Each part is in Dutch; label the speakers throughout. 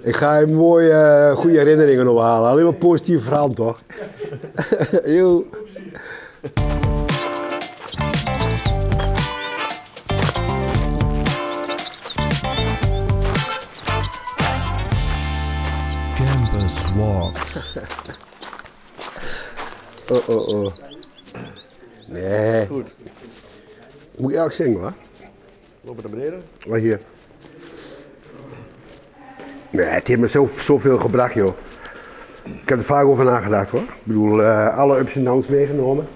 Speaker 1: Ik ga een mooie, goede herinneringen ophalen. Alleen maar positief verhaal, toch? Yo.
Speaker 2: Campus Walks.
Speaker 1: Oh. Nee.
Speaker 3: Goed.
Speaker 1: Moet ik elk zingen, hoor?
Speaker 3: Lopen naar beneden.
Speaker 1: Wat hier? Nee, het heeft me zoveel gebracht, joh. Ik heb er vaak over nagedacht, hoor. Ik bedoel, alle ups en downs meegenomen.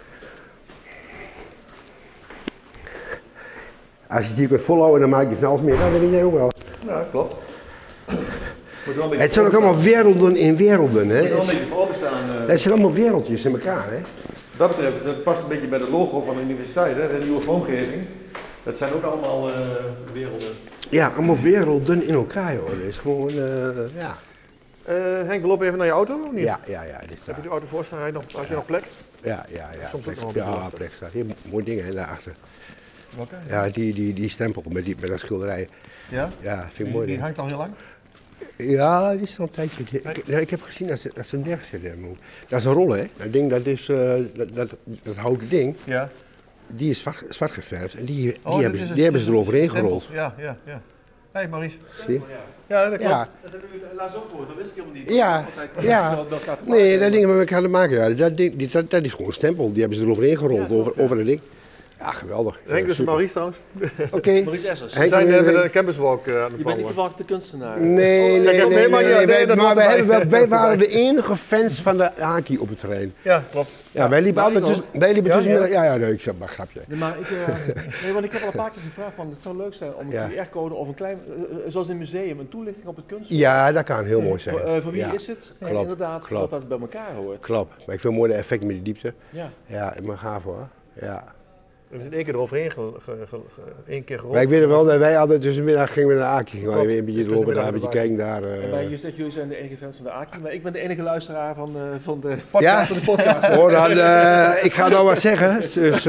Speaker 1: Als je het hier kunt volhouden, dan maak je van alles meer. Dat weet jij ook wel.
Speaker 3: Ja, klopt.
Speaker 1: Het zijn ook allemaal werelden in werelden, hè.
Speaker 3: Het moet wel een beetje voorbestaan.
Speaker 1: Het zijn allemaal wereldjes in elkaar, hè.
Speaker 3: Wat dat betreft, dat past een beetje bij het logo van de universiteit, hè, de nieuwe vormgeving. Dat zijn ook allemaal werelden.
Speaker 1: Ja, allemaal werelden in elkaar, joh. Dat is gewoon, ja.
Speaker 3: Henk, we lopen even naar je auto, of niet?
Speaker 1: Ja. Dit
Speaker 3: Heb je de auto voor staan? Had je nog plek?
Speaker 1: Ja.
Speaker 3: Soms ook nog op
Speaker 1: Ja,
Speaker 3: de doorste.
Speaker 1: plek staat. Hier, mooi dingen, hè, daarachter.
Speaker 3: Welke?
Speaker 1: Ja, die stempel met dat schilderij.
Speaker 3: Ja?
Speaker 1: Ja, vind ik mooi.
Speaker 3: Die
Speaker 1: ding.
Speaker 3: hangt al heel lang?
Speaker 1: Ja, die is al een tijdje. Ik heb gezien dat ze hem neergezet hebben. Dat is een rol, hè. Dat ding, dat is, dat houten ding,
Speaker 3: Ja.
Speaker 1: die is zwart geverfd en die
Speaker 3: dit is
Speaker 1: hebben ze
Speaker 3: een
Speaker 1: eroverheen
Speaker 3: stempel.
Speaker 1: gerold.
Speaker 3: Ja. Hey Maurice.
Speaker 1: Zie?
Speaker 3: Ja, dat klopt.
Speaker 1: Ja,
Speaker 4: Dat heb ik laatst ook gehoord, dat wist ik helemaal niet.
Speaker 1: ja. Nee, dat ding met elkaar te maken, ja. Dat is gewoon een stempel. Die hebben ze eroverheen gerold, over dat ding. Ja, geweldig.
Speaker 3: Henk, dus
Speaker 1: Super.
Speaker 3: Maurice trouwens.
Speaker 1: Oké.
Speaker 4: Maurice Essers.
Speaker 3: We
Speaker 1: Henk,
Speaker 3: zijn
Speaker 1: wil
Speaker 3: met
Speaker 1: je-
Speaker 3: een campuswalk aan het
Speaker 4: Je bent niet
Speaker 3: wandelen.
Speaker 4: toevallig de kunstenaar.
Speaker 1: Nee,
Speaker 3: dat
Speaker 1: maar
Speaker 3: hoort erbij.
Speaker 1: wij waren de enige fans van de Aki op het terrein.
Speaker 3: Ja, klopt.
Speaker 1: Ja, wij liepen
Speaker 4: maar
Speaker 1: altijd
Speaker 4: ik
Speaker 1: tussen. Wij liepen
Speaker 3: Ja,
Speaker 1: tussen.
Speaker 3: ja.
Speaker 1: Ja, nee, ik zeg maar een grapje.
Speaker 4: Nee, maar want ik heb al een paar keer gevraagd van, het zou leuk zijn om een QR-code of een klein, zoals in een museum, een toelichting op het kunstwerk.
Speaker 1: Ja, dat kan heel mooi zijn.
Speaker 4: Voor wie
Speaker 1: Ja,
Speaker 4: is het? En
Speaker 1: klopt,
Speaker 4: inderdaad,
Speaker 1: klopt.
Speaker 4: dat bij elkaar hoort.
Speaker 1: Klopt. Maar ik vind mooi de effecten met die diepte.
Speaker 4: Ja.
Speaker 1: Ja, ik ben gaaf hoor. Ja.
Speaker 3: We zijn één keer eroverheen één keer gerold.
Speaker 1: Maar ik weet wel dat wij altijd tussenmiddag gingen we naar Aki. Gingen we
Speaker 3: Klopt.
Speaker 1: even een beetje
Speaker 3: Tussenmiddag
Speaker 1: lopen daar, een beetje
Speaker 3: naar
Speaker 1: kijken daar.
Speaker 4: En bij je zegt, jullie zijn de enige fans van de Aki, maar ik ben de enige luisteraar van de
Speaker 1: Ja,
Speaker 4: van de podcast.
Speaker 1: hoor dan, ik ga nou wat zeggen. Dus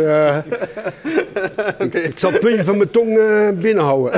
Speaker 1: ik zal het puntje van mijn tong binnenhouden.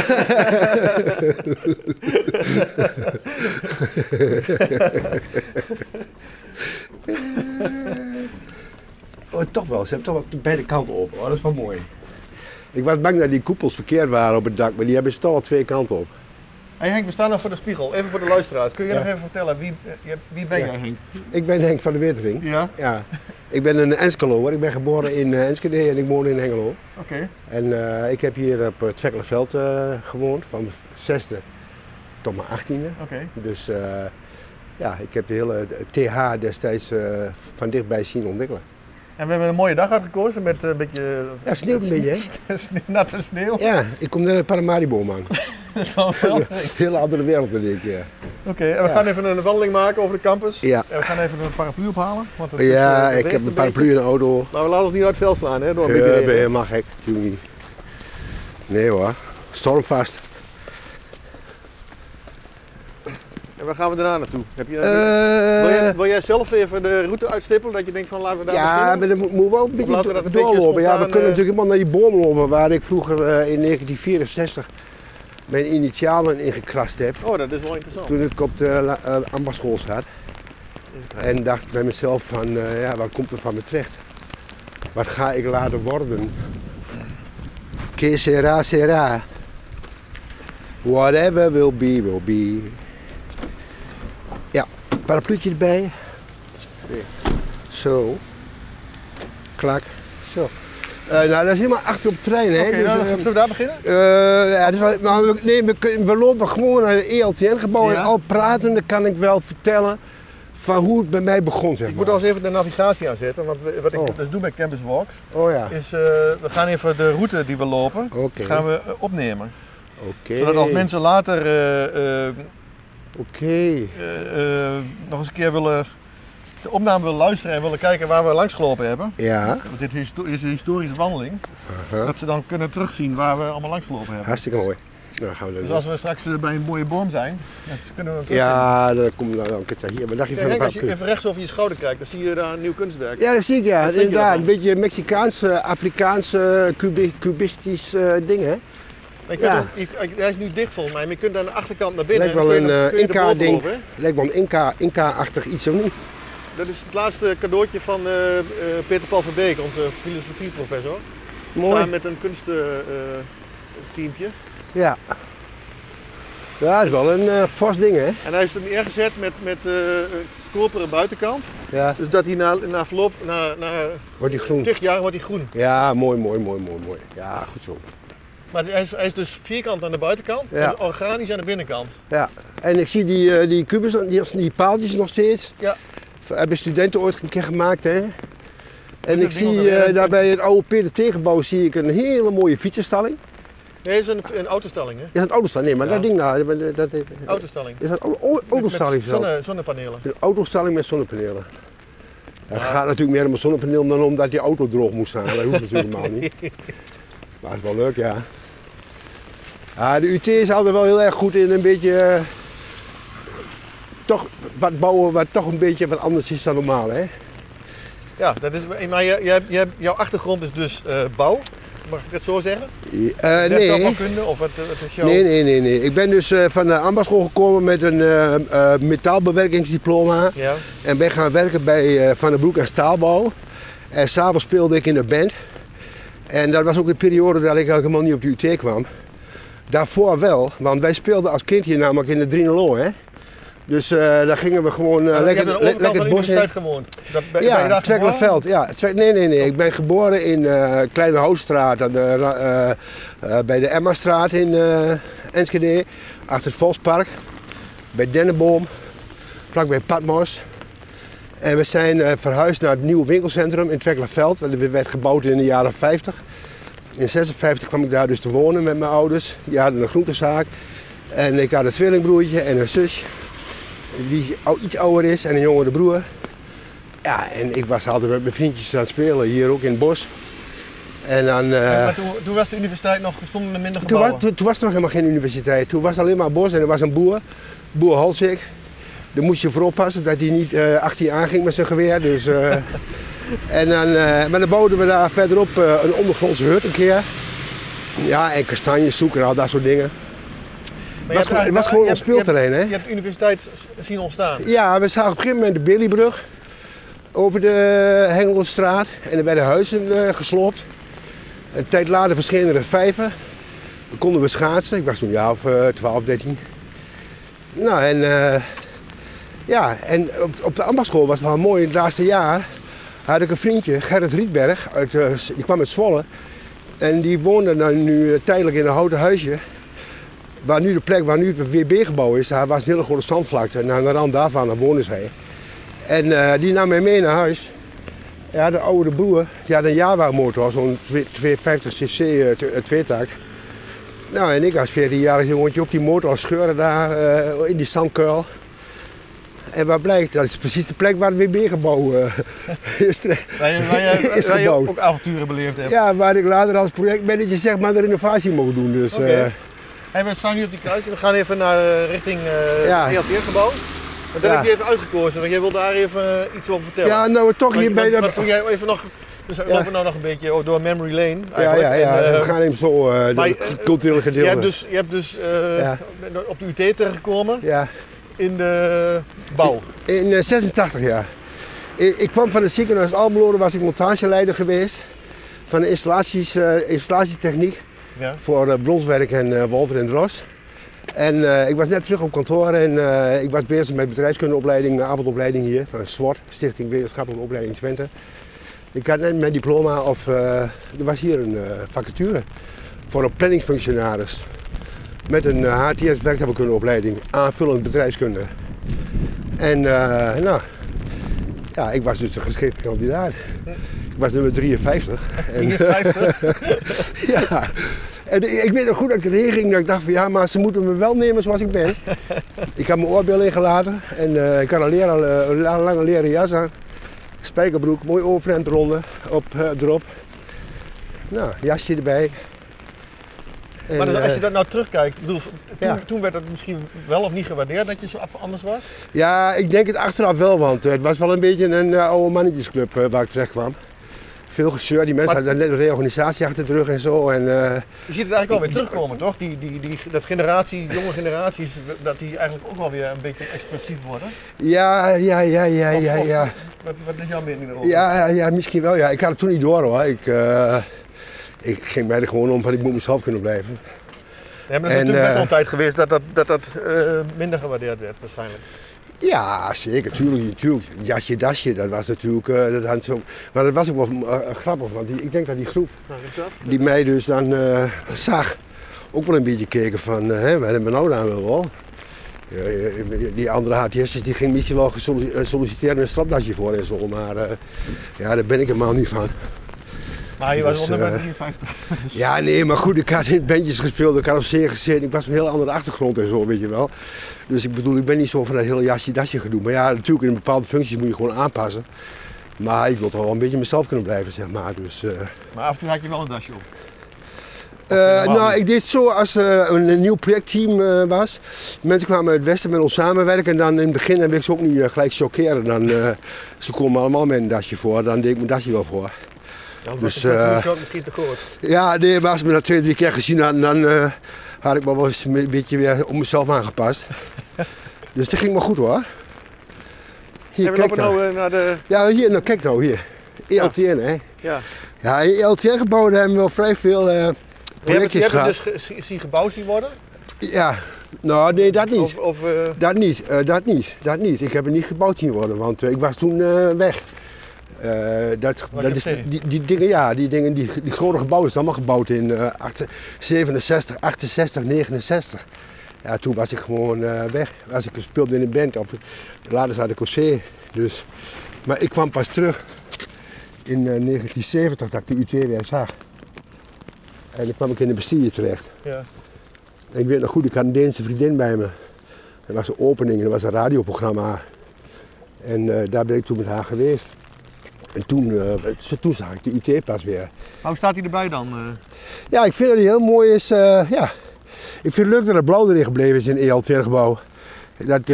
Speaker 1: Oh, toch wel, ze hebben toch wel beide kanten op. Oh, dat is wel mooi. Ik was bang dat die koepels verkeerd waren op het dak, maar die hebben ze toch al twee kanten op.
Speaker 3: Hey Henk, we staan nog voor de spiegel. Even voor de luisteraars. Kun je nog even vertellen, wie ben jij Henk?
Speaker 1: Ik ben Henk van de Wetering.
Speaker 3: Ja?
Speaker 1: Ja. Ik ben een Enscheloer. Ik ben geboren in Enschede en ik woon in Hengelo.
Speaker 3: Oké.
Speaker 1: En ik heb hier op het Twekkelenveld gewoond, van mijn 6e tot mijn 18e.
Speaker 3: Oké.
Speaker 1: Dus ja, ik heb de hele TH destijds van dichtbij zien ontwikkelen.
Speaker 3: En we hebben een mooie dag uitgekozen met een beetje...
Speaker 1: Ja, sneeuwt een beetje, hè?
Speaker 3: Natte sneeuw.
Speaker 1: Ja, ik kom net uit Paramaribo, man.
Speaker 3: Dat kan wel.
Speaker 1: Een hele andere wereld, denk ik. Ja,
Speaker 3: Oké, en we gaan even een wandeling maken over de campus.
Speaker 1: Ja.
Speaker 3: En we gaan even een paraplu ophalen. Want het
Speaker 1: ja
Speaker 3: het
Speaker 1: ik
Speaker 3: regent
Speaker 1: heb een paraplu in de auto.
Speaker 3: Maar we laten ons niet uit het veld slaan, hè? Door een
Speaker 1: Ik
Speaker 3: beetje
Speaker 1: ben
Speaker 3: regen.
Speaker 1: helemaal gek, natuurlijk niet. Nee hoor, stormvast.
Speaker 3: En waar gaan we daarna naartoe? Heb je, wil jij zelf even de route uitstippelen? Dat je denkt van laten we daar
Speaker 1: Ja,
Speaker 3: beginnen?
Speaker 1: maar dan moet wel een
Speaker 3: Of laten we
Speaker 1: beetje
Speaker 3: dat een beetje
Speaker 1: doorlopen. Ja, we
Speaker 3: spontaan,
Speaker 1: kunnen natuurlijk helemaal naar die boom lopen waar ik vroeger in 1964 mijn initialen ingekrast heb.
Speaker 3: Oh, dat is wel interessant.
Speaker 1: Toen ik op de ambachtsschool zat. En dacht bij mezelf van, ja, wat komt er van me terecht? Wat ga ik laten worden? Que sera, sera. Whatever will be, will be. Ja, parapluutje erbij. Zo. Klak. Zo. Nou, dat is helemaal achter op de trein, hè.
Speaker 3: Oké, nou, zullen we daar beginnen?
Speaker 1: Ja, dus, maar we lopen gewoon naar het ELTN-gebouw
Speaker 3: Ja.
Speaker 1: en al pratende kan ik wel vertellen van hoe het bij mij begon, zeg
Speaker 3: Ik
Speaker 1: maar.
Speaker 3: moet al eens even de navigatie aanzetten, want wat ik
Speaker 1: Oh.
Speaker 3: dus doe bij Campus Walks,
Speaker 1: Oh ja,
Speaker 3: is we gaan even de route die we lopen,
Speaker 1: oké.
Speaker 3: gaan we opnemen.
Speaker 1: Oké.
Speaker 3: Zodat als mensen later
Speaker 1: Oké.
Speaker 3: nog eens een keer de opname willen luisteren en willen kijken waar we langs gelopen hebben.
Speaker 1: Ja,
Speaker 3: Want dit is een historische wandeling.
Speaker 1: aha.
Speaker 3: Dat ze dan kunnen terugzien waar we allemaal langs gelopen hebben.
Speaker 1: Hartstikke mooi. Nou, gaan we dat
Speaker 3: Dus
Speaker 1: doen.
Speaker 3: als we straks bij een mooie boom zijn, dan kunnen we hem terugzien.
Speaker 1: Ja, dan komt nou een keer hier. Wat dacht je
Speaker 3: Kijk,
Speaker 1: van de
Speaker 3: Henk, als je
Speaker 1: paraplu?
Speaker 3: even rechts over je schouder kijkt, dan zie je daar een nieuw kunstwerk.
Speaker 1: Ja, dat zie ik, ja.
Speaker 3: Wat vind je
Speaker 1: Inderdaad,
Speaker 3: daarvan?
Speaker 1: een beetje Mexicaanse, Afrikaanse, cubistisch ding, hè.
Speaker 3: Maar je kunt
Speaker 1: Ja.
Speaker 3: hij is nu dicht volgens mij, maar je kunt aan de achterkant naar binnen.
Speaker 1: Lijkt wel
Speaker 3: en dan
Speaker 1: een
Speaker 3: kun je er
Speaker 1: Inca-ding.
Speaker 3: bovenop, hè?
Speaker 1: Lijkt wel een Inca-achtig iets of niet?
Speaker 3: Dat is het laatste cadeautje van Peter Paul Verbeek, onze filosofieprofessor.
Speaker 1: Mooi.
Speaker 3: Samen met een kunstteampje.
Speaker 1: Ja. Ja, dat is wel een fors ding, hè?
Speaker 3: En hij is er neergezet met koperen buitenkant.
Speaker 1: Ja.
Speaker 3: Dus dat hij na verloop, na
Speaker 1: Wordt die groen?
Speaker 3: 10 jaar wordt hij groen.
Speaker 1: Ja, mooi. Ja, goed zo.
Speaker 3: Maar hij is dus vierkant aan de buitenkant
Speaker 1: Ja.
Speaker 3: en organisch aan de binnenkant.
Speaker 1: Ja. En ik zie die kubus, die paaltjes nog steeds.
Speaker 3: Ja.
Speaker 1: Hebben studenten ooit een keer gemaakt, hè? En
Speaker 3: dat
Speaker 1: ik
Speaker 3: ding
Speaker 1: zie
Speaker 3: onderweg.
Speaker 1: daar bij het oude PDT-gebouw zie ik een hele mooie fietsenstalling.
Speaker 3: Nee, het is een autostalling, hè?
Speaker 1: Is dat autostalling? Nee, maar
Speaker 3: Ja.
Speaker 1: dat ding daar, dat
Speaker 3: Autostalling.
Speaker 1: is dat autostalling
Speaker 3: Met
Speaker 1: zelf?
Speaker 3: zonnepanelen.
Speaker 1: Een autostalling met zonnepanelen. Het gaat natuurlijk meer om een zonnepaneel dan omdat die auto droog moest staan. Dat hoeft natuurlijk helemaal niet. Maar het is wel leuk, ja. Ja, de UT is altijd wel heel erg goed in een beetje toch wat bouwen wat toch een beetje wat anders is dan normaal, hè?
Speaker 3: Ja, dat is, maar jouw achtergrond is dus bouw, mag ik het zo zeggen?
Speaker 1: Nee.
Speaker 3: Bouwkunde of wat is jouw...
Speaker 1: Nee. Ik ben dus van de ambachtschool gekomen met een metaalbewerkingsdiploma.
Speaker 3: Ja.
Speaker 1: En ben gaan werken bij Van den Broek en Staalbouw. En s'avonds speelde ik in de band. En dat was ook de periode dat ik eigenlijk helemaal niet op de UT kwam. Daarvoor wel, want wij speelden als kind hier namelijk in de Drienelo, hè. Dus daar gingen we gewoon
Speaker 3: je
Speaker 1: lekker
Speaker 3: hebt aan de overkant
Speaker 1: het
Speaker 3: van de
Speaker 1: bos in.
Speaker 3: universiteit gewoond. Ben je
Speaker 1: Ja,
Speaker 3: daar
Speaker 1: Twekkelenveld. Ja, nee. Ik ben geboren in Kleine Houtstraat, bij de Emmastraat in Enschede, achter het Volkspark, bij Dennenboom, vlakbij Patmos. En we zijn verhuisd naar het nieuwe winkelcentrum in Twekkelenveld. Dat werd gebouwd in de jaren 50. In 56 kwam ik daar dus te wonen met mijn ouders. Die hadden een groentezaak. En ik had een tweelingbroertje en een zus die iets ouder is en een jongere broer. Ja, en ik was altijd met mijn vriendjes aan het spelen, hier ook in het bos. En dan,
Speaker 3: Maar toen was de universiteit nog, stonden er minder gebouwen?
Speaker 1: toen was er nog helemaal geen universiteit. Toen was het alleen maar bos en er was een boer Holsik. Daar moest je voor oppassen dat hij niet achter je aanging met zijn geweer. Dus, en dan, maar dan bouwden we daar verderop een ondergrondse hut een keer. Ja, en kastanjes zoeken en al dat soort dingen. Het was gewoon ons speelterrein, hè?
Speaker 3: Je hebt de universiteit zien ontstaan.
Speaker 1: Ja, we zagen op een gegeven moment de Billybrug over de Hengelenstraat en er werden huizen gesloopt. Een tijd later verschenen er vijven. Dan konden we schaatsen. Ik was toen een jaar of 12, 13. Nou, en ja, en op de ambachtschool was het wel mooi. In het laatste jaar had ik een vriendje, Gerrit Rietberg, die kwam uit Zwolle. En die woonde dan nu tijdelijk in een houten huisje. Waar nu de plek waar nu het WB-gebouw is, daar was een hele grote zandvlakte. En aan de rand daarvan woonde zij. En die nam mij mee naar huis. Ja, de oude broer, die had een Java-motor, zo'n 250cc tweetakt. Nou, en ik als 14-jarig jongetje op die motor scheuren daar in die zandkuil. En wat blijkt, dat is precies de plek waar het WB-gebouw is
Speaker 3: Waar je ook avonturen beleefd hebt.
Speaker 1: Ja, waar ik later als projectmanager zeg maar de renovatie mocht doen. Dus,
Speaker 3: Okay. We staan nu op die kruis en we gaan even naar richting GLT-gebouw. En dat heb je even uitgekozen, want jij wil daar even iets over vertellen.
Speaker 1: Ja, nou we toch hier bij de...
Speaker 3: Toen jij even nog... Dus we lopen nou nog een beetje door Memory Lane
Speaker 1: eigenlijk. Ja, we gaan even zo het culturele gedeelte.
Speaker 3: Je hebt dus op de UT terechtgekomen in de bouw.
Speaker 1: In 86 jaar. Ik kwam van het ziekenhuis Almelo, daar was ik montageleider geweest. Van de installatietechniek.
Speaker 3: Ja.
Speaker 1: Voor Bronswerk en Walter en Dros. En ik was net terug op kantoor en ik was bezig met bedrijfskundeopleiding, avondopleiding hier van SWOT, Stichting Wetenschappelijke Opleiding Twente. Ik had net mijn diploma er was hier een vacature voor een planningfunctionaris. Met een HTS werktuigkundeopleiding, aanvullend bedrijfskunde. En nou, ja, ik was dus de geschikte kandidaat. Ik was nummer 53.
Speaker 3: 53?
Speaker 1: Ja. En ik weet nog goed dat ik erheen ging dat ik dacht van ja, maar ze moeten me wel nemen zoals ik ben. Ik had mijn oorbel ingelaten en ik had een lange leren jas aan. Spijkerbroek, mooi overhemd eronder, erop. Nou, jasje erbij. En,
Speaker 3: maar als je dat nou terugkijkt, toen werd het misschien wel of niet gewaardeerd dat je zo anders was?
Speaker 1: Ja, ik denk het achteraf wel, want het was wel een beetje een oude mannetjesclub waar ik terecht kwam. veel gezeur. Die mensen hadden net een reorganisatie achter de rug en zo. En,
Speaker 3: je ziet het eigenlijk alweer terugkomen, toch? Dat generatie, jonge generaties, dat die eigenlijk ook alweer een beetje expressief worden.
Speaker 1: Ja.
Speaker 3: Wat is jouw mening erover?
Speaker 1: Ja, misschien wel. Ja. Ik had het toen niet door hoor. Ik ging mij er gewoon om van ik moet mezelf kunnen blijven.
Speaker 3: Ja, maar het is natuurlijk wel een tijd geweest dat minder gewaardeerd werd waarschijnlijk.
Speaker 1: Ja, zeker, tuurlijk. Jasje, dasje, dat was natuurlijk, maar dat was ook wel grappig, want ik denk dat die groep die mij dus dan zag, ook wel een beetje keken van, wat hebben we nou dan wel? Die andere HTS'ers die ging misschien wel solliciteren een stropdasje voor en zo, maar daar ben ik helemaal niet van.
Speaker 3: Maar je was onder bij 53. Dus.
Speaker 1: Ja, nee, maar goed, ik had in bandjes gespeeld, ik had op zeer gezeten, ik was van een heel andere achtergrond en zo, weet je wel. Dus ik bedoel, ik ben niet zo van dat hele jasje-dasje gedoe. Maar ja, natuurlijk in bepaalde functies moet je gewoon aanpassen. Maar ik wil toch wel een beetje mezelf kunnen blijven, zeg maar. Dus,
Speaker 3: Maar af en toe had je wel een dasje op?
Speaker 1: Nou, ik deed zo als er een nieuw projectteam was. Mensen kwamen uit het westen met ons samenwerken en dan in het begin wil ik ze ook niet gelijk chockeren. Dan, ze komen allemaal met een dasje voor, dan deed ik mijn dasje wel voor.
Speaker 3: Ja, dus misschien te groot.
Speaker 1: Ja, nee, maar als we me dat 2-3 keer gezien hadden, dan had ik me wel eens een beetje weer op mezelf aangepast. Dus dat ging maar goed hoor. Hier, kijk
Speaker 3: nou naar de...
Speaker 1: Ja, hier, nou kijk nou, hier. ELTN, hè.
Speaker 3: Ja.
Speaker 1: Ja, in ELTN-gebouwen hebben we wel vrij veel projectjes gehad.
Speaker 3: Heb je dus zien gebouwd zien worden?
Speaker 1: Ja, nou nee, dat niet.
Speaker 3: Dat
Speaker 1: Dat niet. Ik heb het niet gebouwd zien worden, want ik was toen weg. Die grote gebouwen zijn allemaal gebouwd in 67, 68, 69. Ja, toen was ik gewoon weg. Als ik speelde in een band of later zat ik op zee. Dus. Maar ik kwam pas terug in 1970 dat ik de U2 weer zag. En dan kwam ik in de Bastille terecht.
Speaker 3: Ja.
Speaker 1: En ik weet nog goed, ik had een Deense vriendin bij me. Er was een opening en er was een radioprogramma. En daar ben ik toen met haar geweest. En toen zag ik de UT pas weer.
Speaker 3: Hoe staat hij erbij dan?
Speaker 1: Ja, ik vind dat hij heel mooi is. Ja. Ik vind het leuk dat het blauw erin gebleven is in het ELTN-gebouw. Dat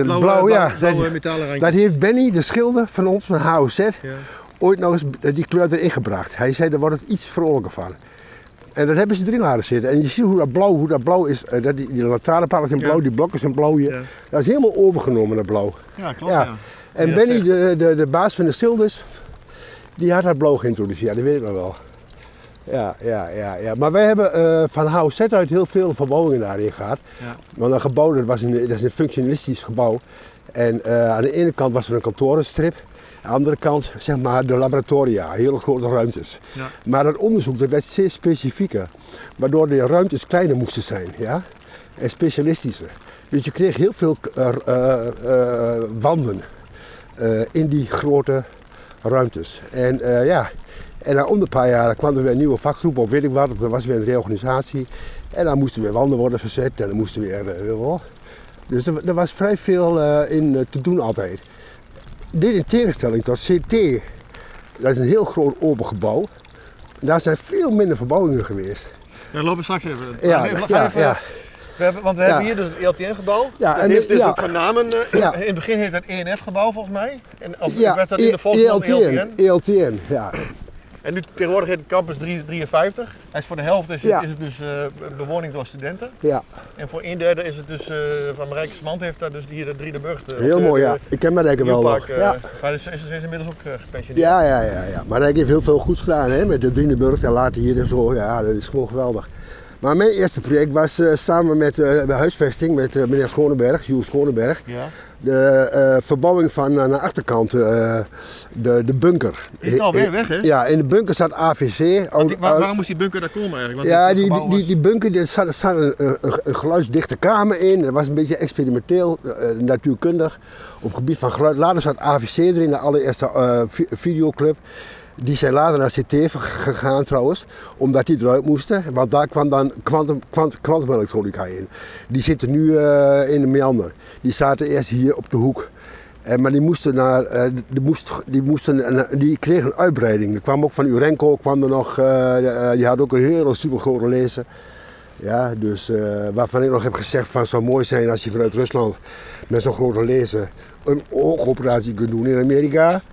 Speaker 1: heeft Benny, de schilder van ons, van HOZ, ooit nog eens die kleur erin gebracht. Hij zei, daar wordt het iets vrolijker van. En dat hebben ze erin laten zitten. En je ziet hoe dat blauw is. Die lantaarnpalen zijn blauw, die blokken zijn blauw hier. Ja. Dat is helemaal overgenomen, dat blauw.
Speaker 3: Ja, klopt. Ja.
Speaker 1: En Benny, de baas van de schilders, die had dat blauw geïntroduceerd, dat weet ik nog wel. Ja. Maar wij hebben van HOZ uit heel veel verbouwingen daarin gehad. Ja. Want een gebouw, dat is een functionalistisch gebouw. En aan de ene kant was er een kantorenstrip. Aan de andere kant, zeg maar, de laboratoria, hele grote ruimtes. Ja. Maar dat onderzoek dat werd steeds specifieker. Waardoor de ruimtes kleiner moesten zijn, ja? En specialistischer. Dus je kreeg heel veel wanden in die grote ruimtes. En en na een paar jaar kwam er weer een nieuwe vakgroep of weet ik wat, of er was weer een reorganisatie. En dan moesten weer wanden worden verzet en dan moesten weer dus er was vrij veel in te doen altijd. Dit in tegenstelling tot CT, dat is een heel groot open gebouw. Daar zijn veel minder verbouwingen geweest.
Speaker 3: Ja, lopen straks even. Want we hebben hier dus het ELTN-gebouw. Ja, dat heeft dus ook van namen. In het begin heet het ENF-gebouw volgens mij. Werd dat in de volksmond
Speaker 1: ELTN, ja.
Speaker 3: En nu tegenwoordig heet het Campus 53. Hij is voor de helft is het dus bewoning door studenten. Ja. En voor 1/3 is het dus van Marijke Smant heeft daar dus hier de Driede Burgt.
Speaker 1: Heel mooi, ja. Ik ken Marijke wel nog.
Speaker 3: Maar ze is inmiddels ook gepensioneerd.
Speaker 1: Ja. Marijke heeft heel veel goeds gedaan hè, met de Driede Burgt en later hier en zo. Ja, dat is gewoon geweldig. Maar mijn eerste project was samen met de huisvesting met meneer Schoneberg, Jules Schoneberg. Ja. De verbouwing van aan de achterkant, de bunker.
Speaker 3: Is het alweer weg, hè?
Speaker 1: Ja, in de bunker zat AVC.
Speaker 3: Waarom moest die bunker daar komen eigenlijk?
Speaker 1: Want die bunker, er zat een geluidsdichte kamer in. Dat was een beetje experimenteel, natuurkundig. Op het gebied van geluid. Later zat AVC erin, de allereerste videoclub. Die zijn later naar CT gegaan trouwens, omdat die eruit moesten. Want daar kwam dan kwantumelektronica in. Die zitten nu in de meander. Die zaten eerst hier op de hoek. Maar die kregen een uitbreiding. Er kwam ook van Urenco, die had ook een hele super grote lezer. Ja, dus waarvan ik nog heb gezegd van het zou mooi zijn als je vanuit Rusland met zo'n grote laser een oogoperatie kunt doen in Amerika.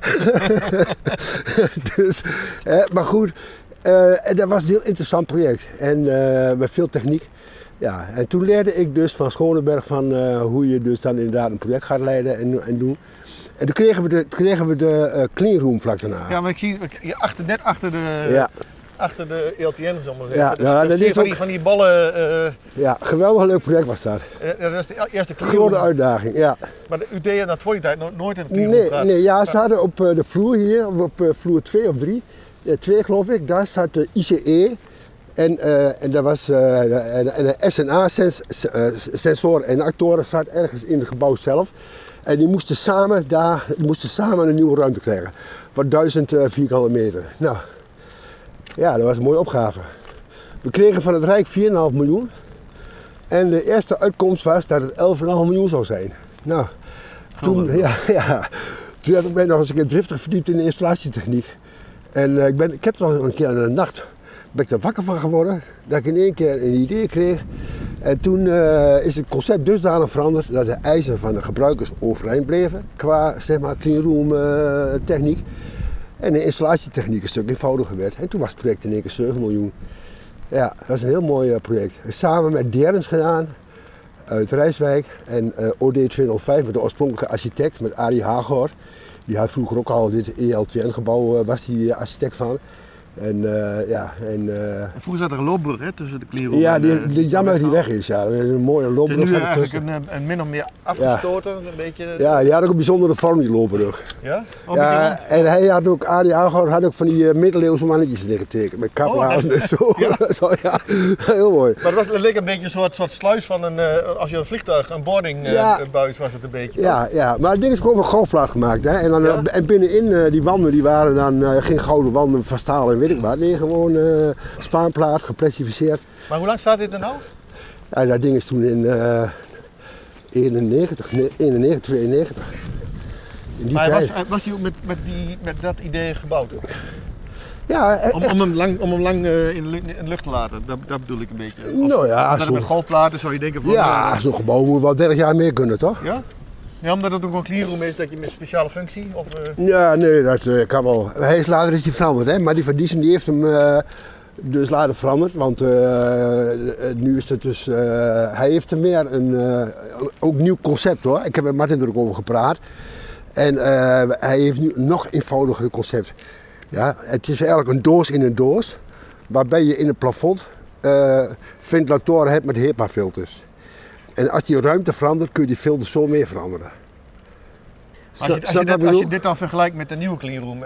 Speaker 1: Dus, maar goed, en dat was een heel interessant project en met veel techniek. Ja, en toen leerde ik dus van Schoneberg van hoe je dus dan inderdaad een project gaat leiden en doen. En toen kregen we de cleanroom vlak daarna.
Speaker 3: Ja, maar ik zie net achter de...
Speaker 1: Ja.
Speaker 3: Achter de ELTN, zal ik maar zeggen.
Speaker 1: Ja,
Speaker 3: Dus,
Speaker 1: nou, dat is ook...
Speaker 3: van die ballen...
Speaker 1: ja, geweldig leuk project was dat.
Speaker 3: Dat is de eerste cleanroom.
Speaker 1: Grote uitdaging, ja.
Speaker 3: Maar u deed na voor die tijd nooit in de cleanroom gehad?
Speaker 1: Nee, ja, ze hadden op de vloer hier, op vloer 2 of 3, 2 geloof ik, daar zat de ICE. En daar was een SNA-sensor en actoren zat ergens in het gebouw zelf. En die moesten samen een nieuwe ruimte krijgen. Van 1000 vierkante meter. Nou, ja, dat was een mooie opgave. We kregen van het Rijk 4,5 miljoen. En de eerste uitkomst was dat het 11,5 miljoen zou zijn. Nou, toen heb ik mij nog eens een keer driftig verdiept in de installatietechniek. En ik heb er nog een keer aan de nacht ben ik er wakker van geworden, dat ik in één keer een idee kreeg. En toen is het concept dusdanig veranderd dat de eisen van de gebruikers overeind bleven qua zeg maar cleanroom techniek. En de installatietechniek een stuk eenvoudiger werd. En toen was het project in één keer 7 miljoen. Ja, dat was een heel mooi project. En samen met Derens gedaan uit Rijswijk en OD205 met de oorspronkelijke architect, met Arie Hagor. Die had vroeger ook al dit ELTN-gebouw, was die architect van. En
Speaker 3: vroeger zat er een loopbrug tussen de cleanroom.
Speaker 1: Ja, die jammer dat die weg is. Ja. Een mooie loopbrug.
Speaker 3: Het is nu eigenlijk een min of meer afgestoten. Ja. Een beetje,
Speaker 1: ja, die had ook een bijzondere vorm, die loopbrug.
Speaker 3: Ja?
Speaker 1: Ja, en hij had ook, Arie Aangouwer had ook van die middeleeuwse mannetjes neergetekend. Met kaplazen en zo. Ja. Zo, ja. Heel mooi.
Speaker 3: Maar het leek een beetje een soort sluis van als je een vliegtuig, een boardingbuis was het een beetje.
Speaker 1: Ja, maar het ding is gewoon van golfplaat gemaakt. Hè. En, dan, en binnenin die wanden, die waren dan geen gouden wanden van staal en weet ik wat. Nee, gewoon spaanplaat, geplastificeerd.
Speaker 3: Maar hoe lang staat dit er nou?
Speaker 1: Ja, dat ding is toen in 91, 92. In die tijd.
Speaker 3: Was hij ook met dat idee gebouwd?
Speaker 1: Ja,
Speaker 3: om hem lang in de lucht te laten, dat bedoel ik een beetje.
Speaker 1: Nou ja,
Speaker 3: met golfplaten zou je denken van...
Speaker 1: Ja, zo'n gebouw moet wel 30 jaar meer kunnen, toch?
Speaker 3: Ja? Ja, omdat het ook een cleanroom is, dat je met een speciale functie? Of,
Speaker 1: Ja, nee, dat kan wel. Later is die veranderd, hè? Maar die Van Diesem die heeft hem dus later veranderd. Want nu is het dus... hij heeft er meer een ook nieuw concept, hoor. Ik heb met Martin er ook over gepraat. En hij heeft nu nog eenvoudiger concept. Ja, het is eigenlijk een doos in een doos. Waarbij je in het plafond ventilatoren hebt met HEPA-filters. En als die ruimte verandert, kun je die filters zo meer veranderen.
Speaker 3: Als je dit dan vergelijkt met de nieuwe cleanroom,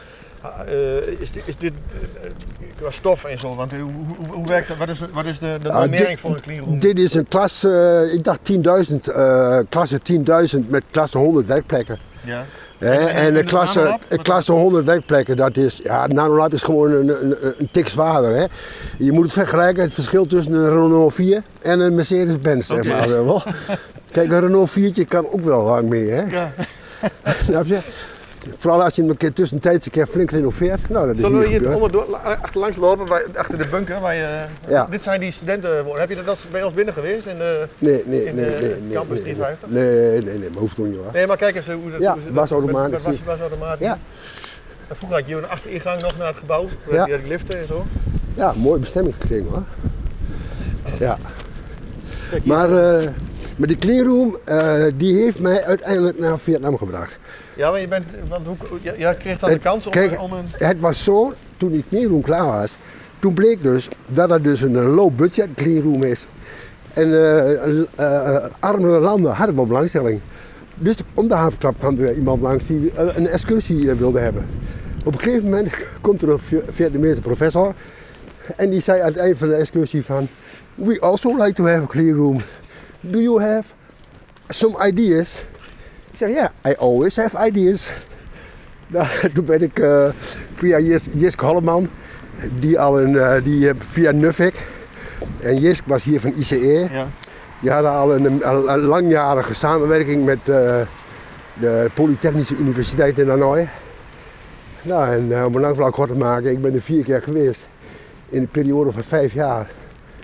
Speaker 3: is dit qua stof en zo, want hoe werkt dat? Wat is de normering voor een cleanroom?
Speaker 1: Dit is een klasse, ik dacht 10.000, klasse 10.000 met klasse 100 werkplekken.
Speaker 3: Ja.
Speaker 1: En de klasse 100 werkplekken, dat is, ja, Nanolab is gewoon een tik zwaarder. Hè. Je moet het vergelijken, het verschil tussen een Renault 4 en een Mercedes-Benz, zeg maar. Wel. Kijk, een Renault 4'tje kan ook wel lang mee, hè. Ja. Snap je? Vooral als je hem een keer tussentijds een keer flink renoveert. Nou, dat is
Speaker 3: zullen we hier achterlangs lopen, achter de bunker? Waar je, dit zijn die studentenwoningen. Heb je dat bij ons binnen geweest?
Speaker 1: Nee.
Speaker 3: Campus 350?
Speaker 1: Nee, maar hoeft toch niet, hoor.
Speaker 3: Nee, maar kijk eens hoe dat...
Speaker 1: Ja, wasautomaat.
Speaker 3: Wasautomaat. Ja. Vroeger had je een achteringang nog naar het gebouw. Die liften en zo.
Speaker 1: Ja, mooie bestemming gekregen, hoor. Ja. Maar die cleanroom, die heeft mij uiteindelijk naar Vietnam gebracht.
Speaker 3: Ja, maar jij kreeg dan de kans om een...
Speaker 1: Het was zo, toen die cleanroom klaar was, toen bleek dus dat het dus een low-budget cleanroom is. En armere landen hadden wel belangstelling. Dus om de havenklap kwam er iemand langs die een excursie wilde hebben. Op een gegeven moment komt er een Vietnamese professor en die zei aan het eind van de excursie van: "We also like to have a cleanroom. Do you have some ideas?" Ik zeg, ja, I always have ideas. Nou, toen ben ik via Jisk Holleman, die via Nuffic, en Jisk was hier van ICE, die hadden al een langjarige samenwerking met de Polytechnische Universiteit in Hanoi. Nou, en om een lang verhaal kort te maken, ik ben er 4 keer geweest in een periode van 5 jaar.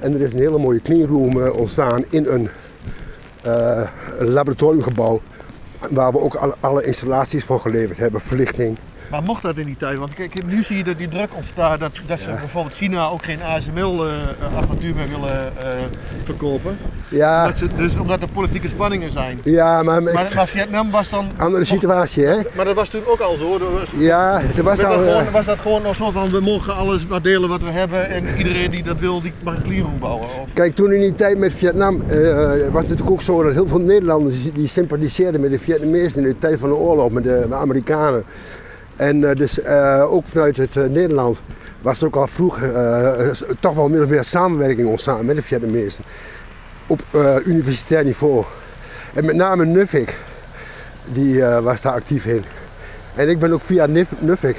Speaker 1: En er is een hele mooie cleanroom ontstaan in een laboratoriumgebouw. Waar we ook alle installaties van geleverd hebben, verlichting.
Speaker 3: Maar mocht dat in die tijd? Want kijk, nu zie je dat die druk ontstaat dat ze bijvoorbeeld China ook geen ASML-apparatuur meer willen verkopen.
Speaker 1: Ja.
Speaker 3: Dus omdat er politieke spanningen zijn.
Speaker 1: Ja, maar
Speaker 3: Vietnam was dan...
Speaker 1: Andere situatie, hè?
Speaker 3: Maar dat was toen ook al zo.
Speaker 1: Ja, dat was al...
Speaker 3: Was dat gewoon nog zo van, we mogen alles maar delen wat we hebben en iedereen die dat wil, die mag een cleanroom bouwen? Of?
Speaker 1: Kijk, toen in die tijd met Vietnam was het natuurlijk ook zo dat heel veel Nederlanders die sympathiseerden met de Vietnamezen in de tijd van de oorlog, met de Amerikanen. En dus ook vanuit het Nederland was er ook al vroeg toch wel min of meer samenwerking ontstaan met de Vietnamezen. Op universitair niveau. En met name Nuffic, die was daar actief in. En ik ben ook via Nuffic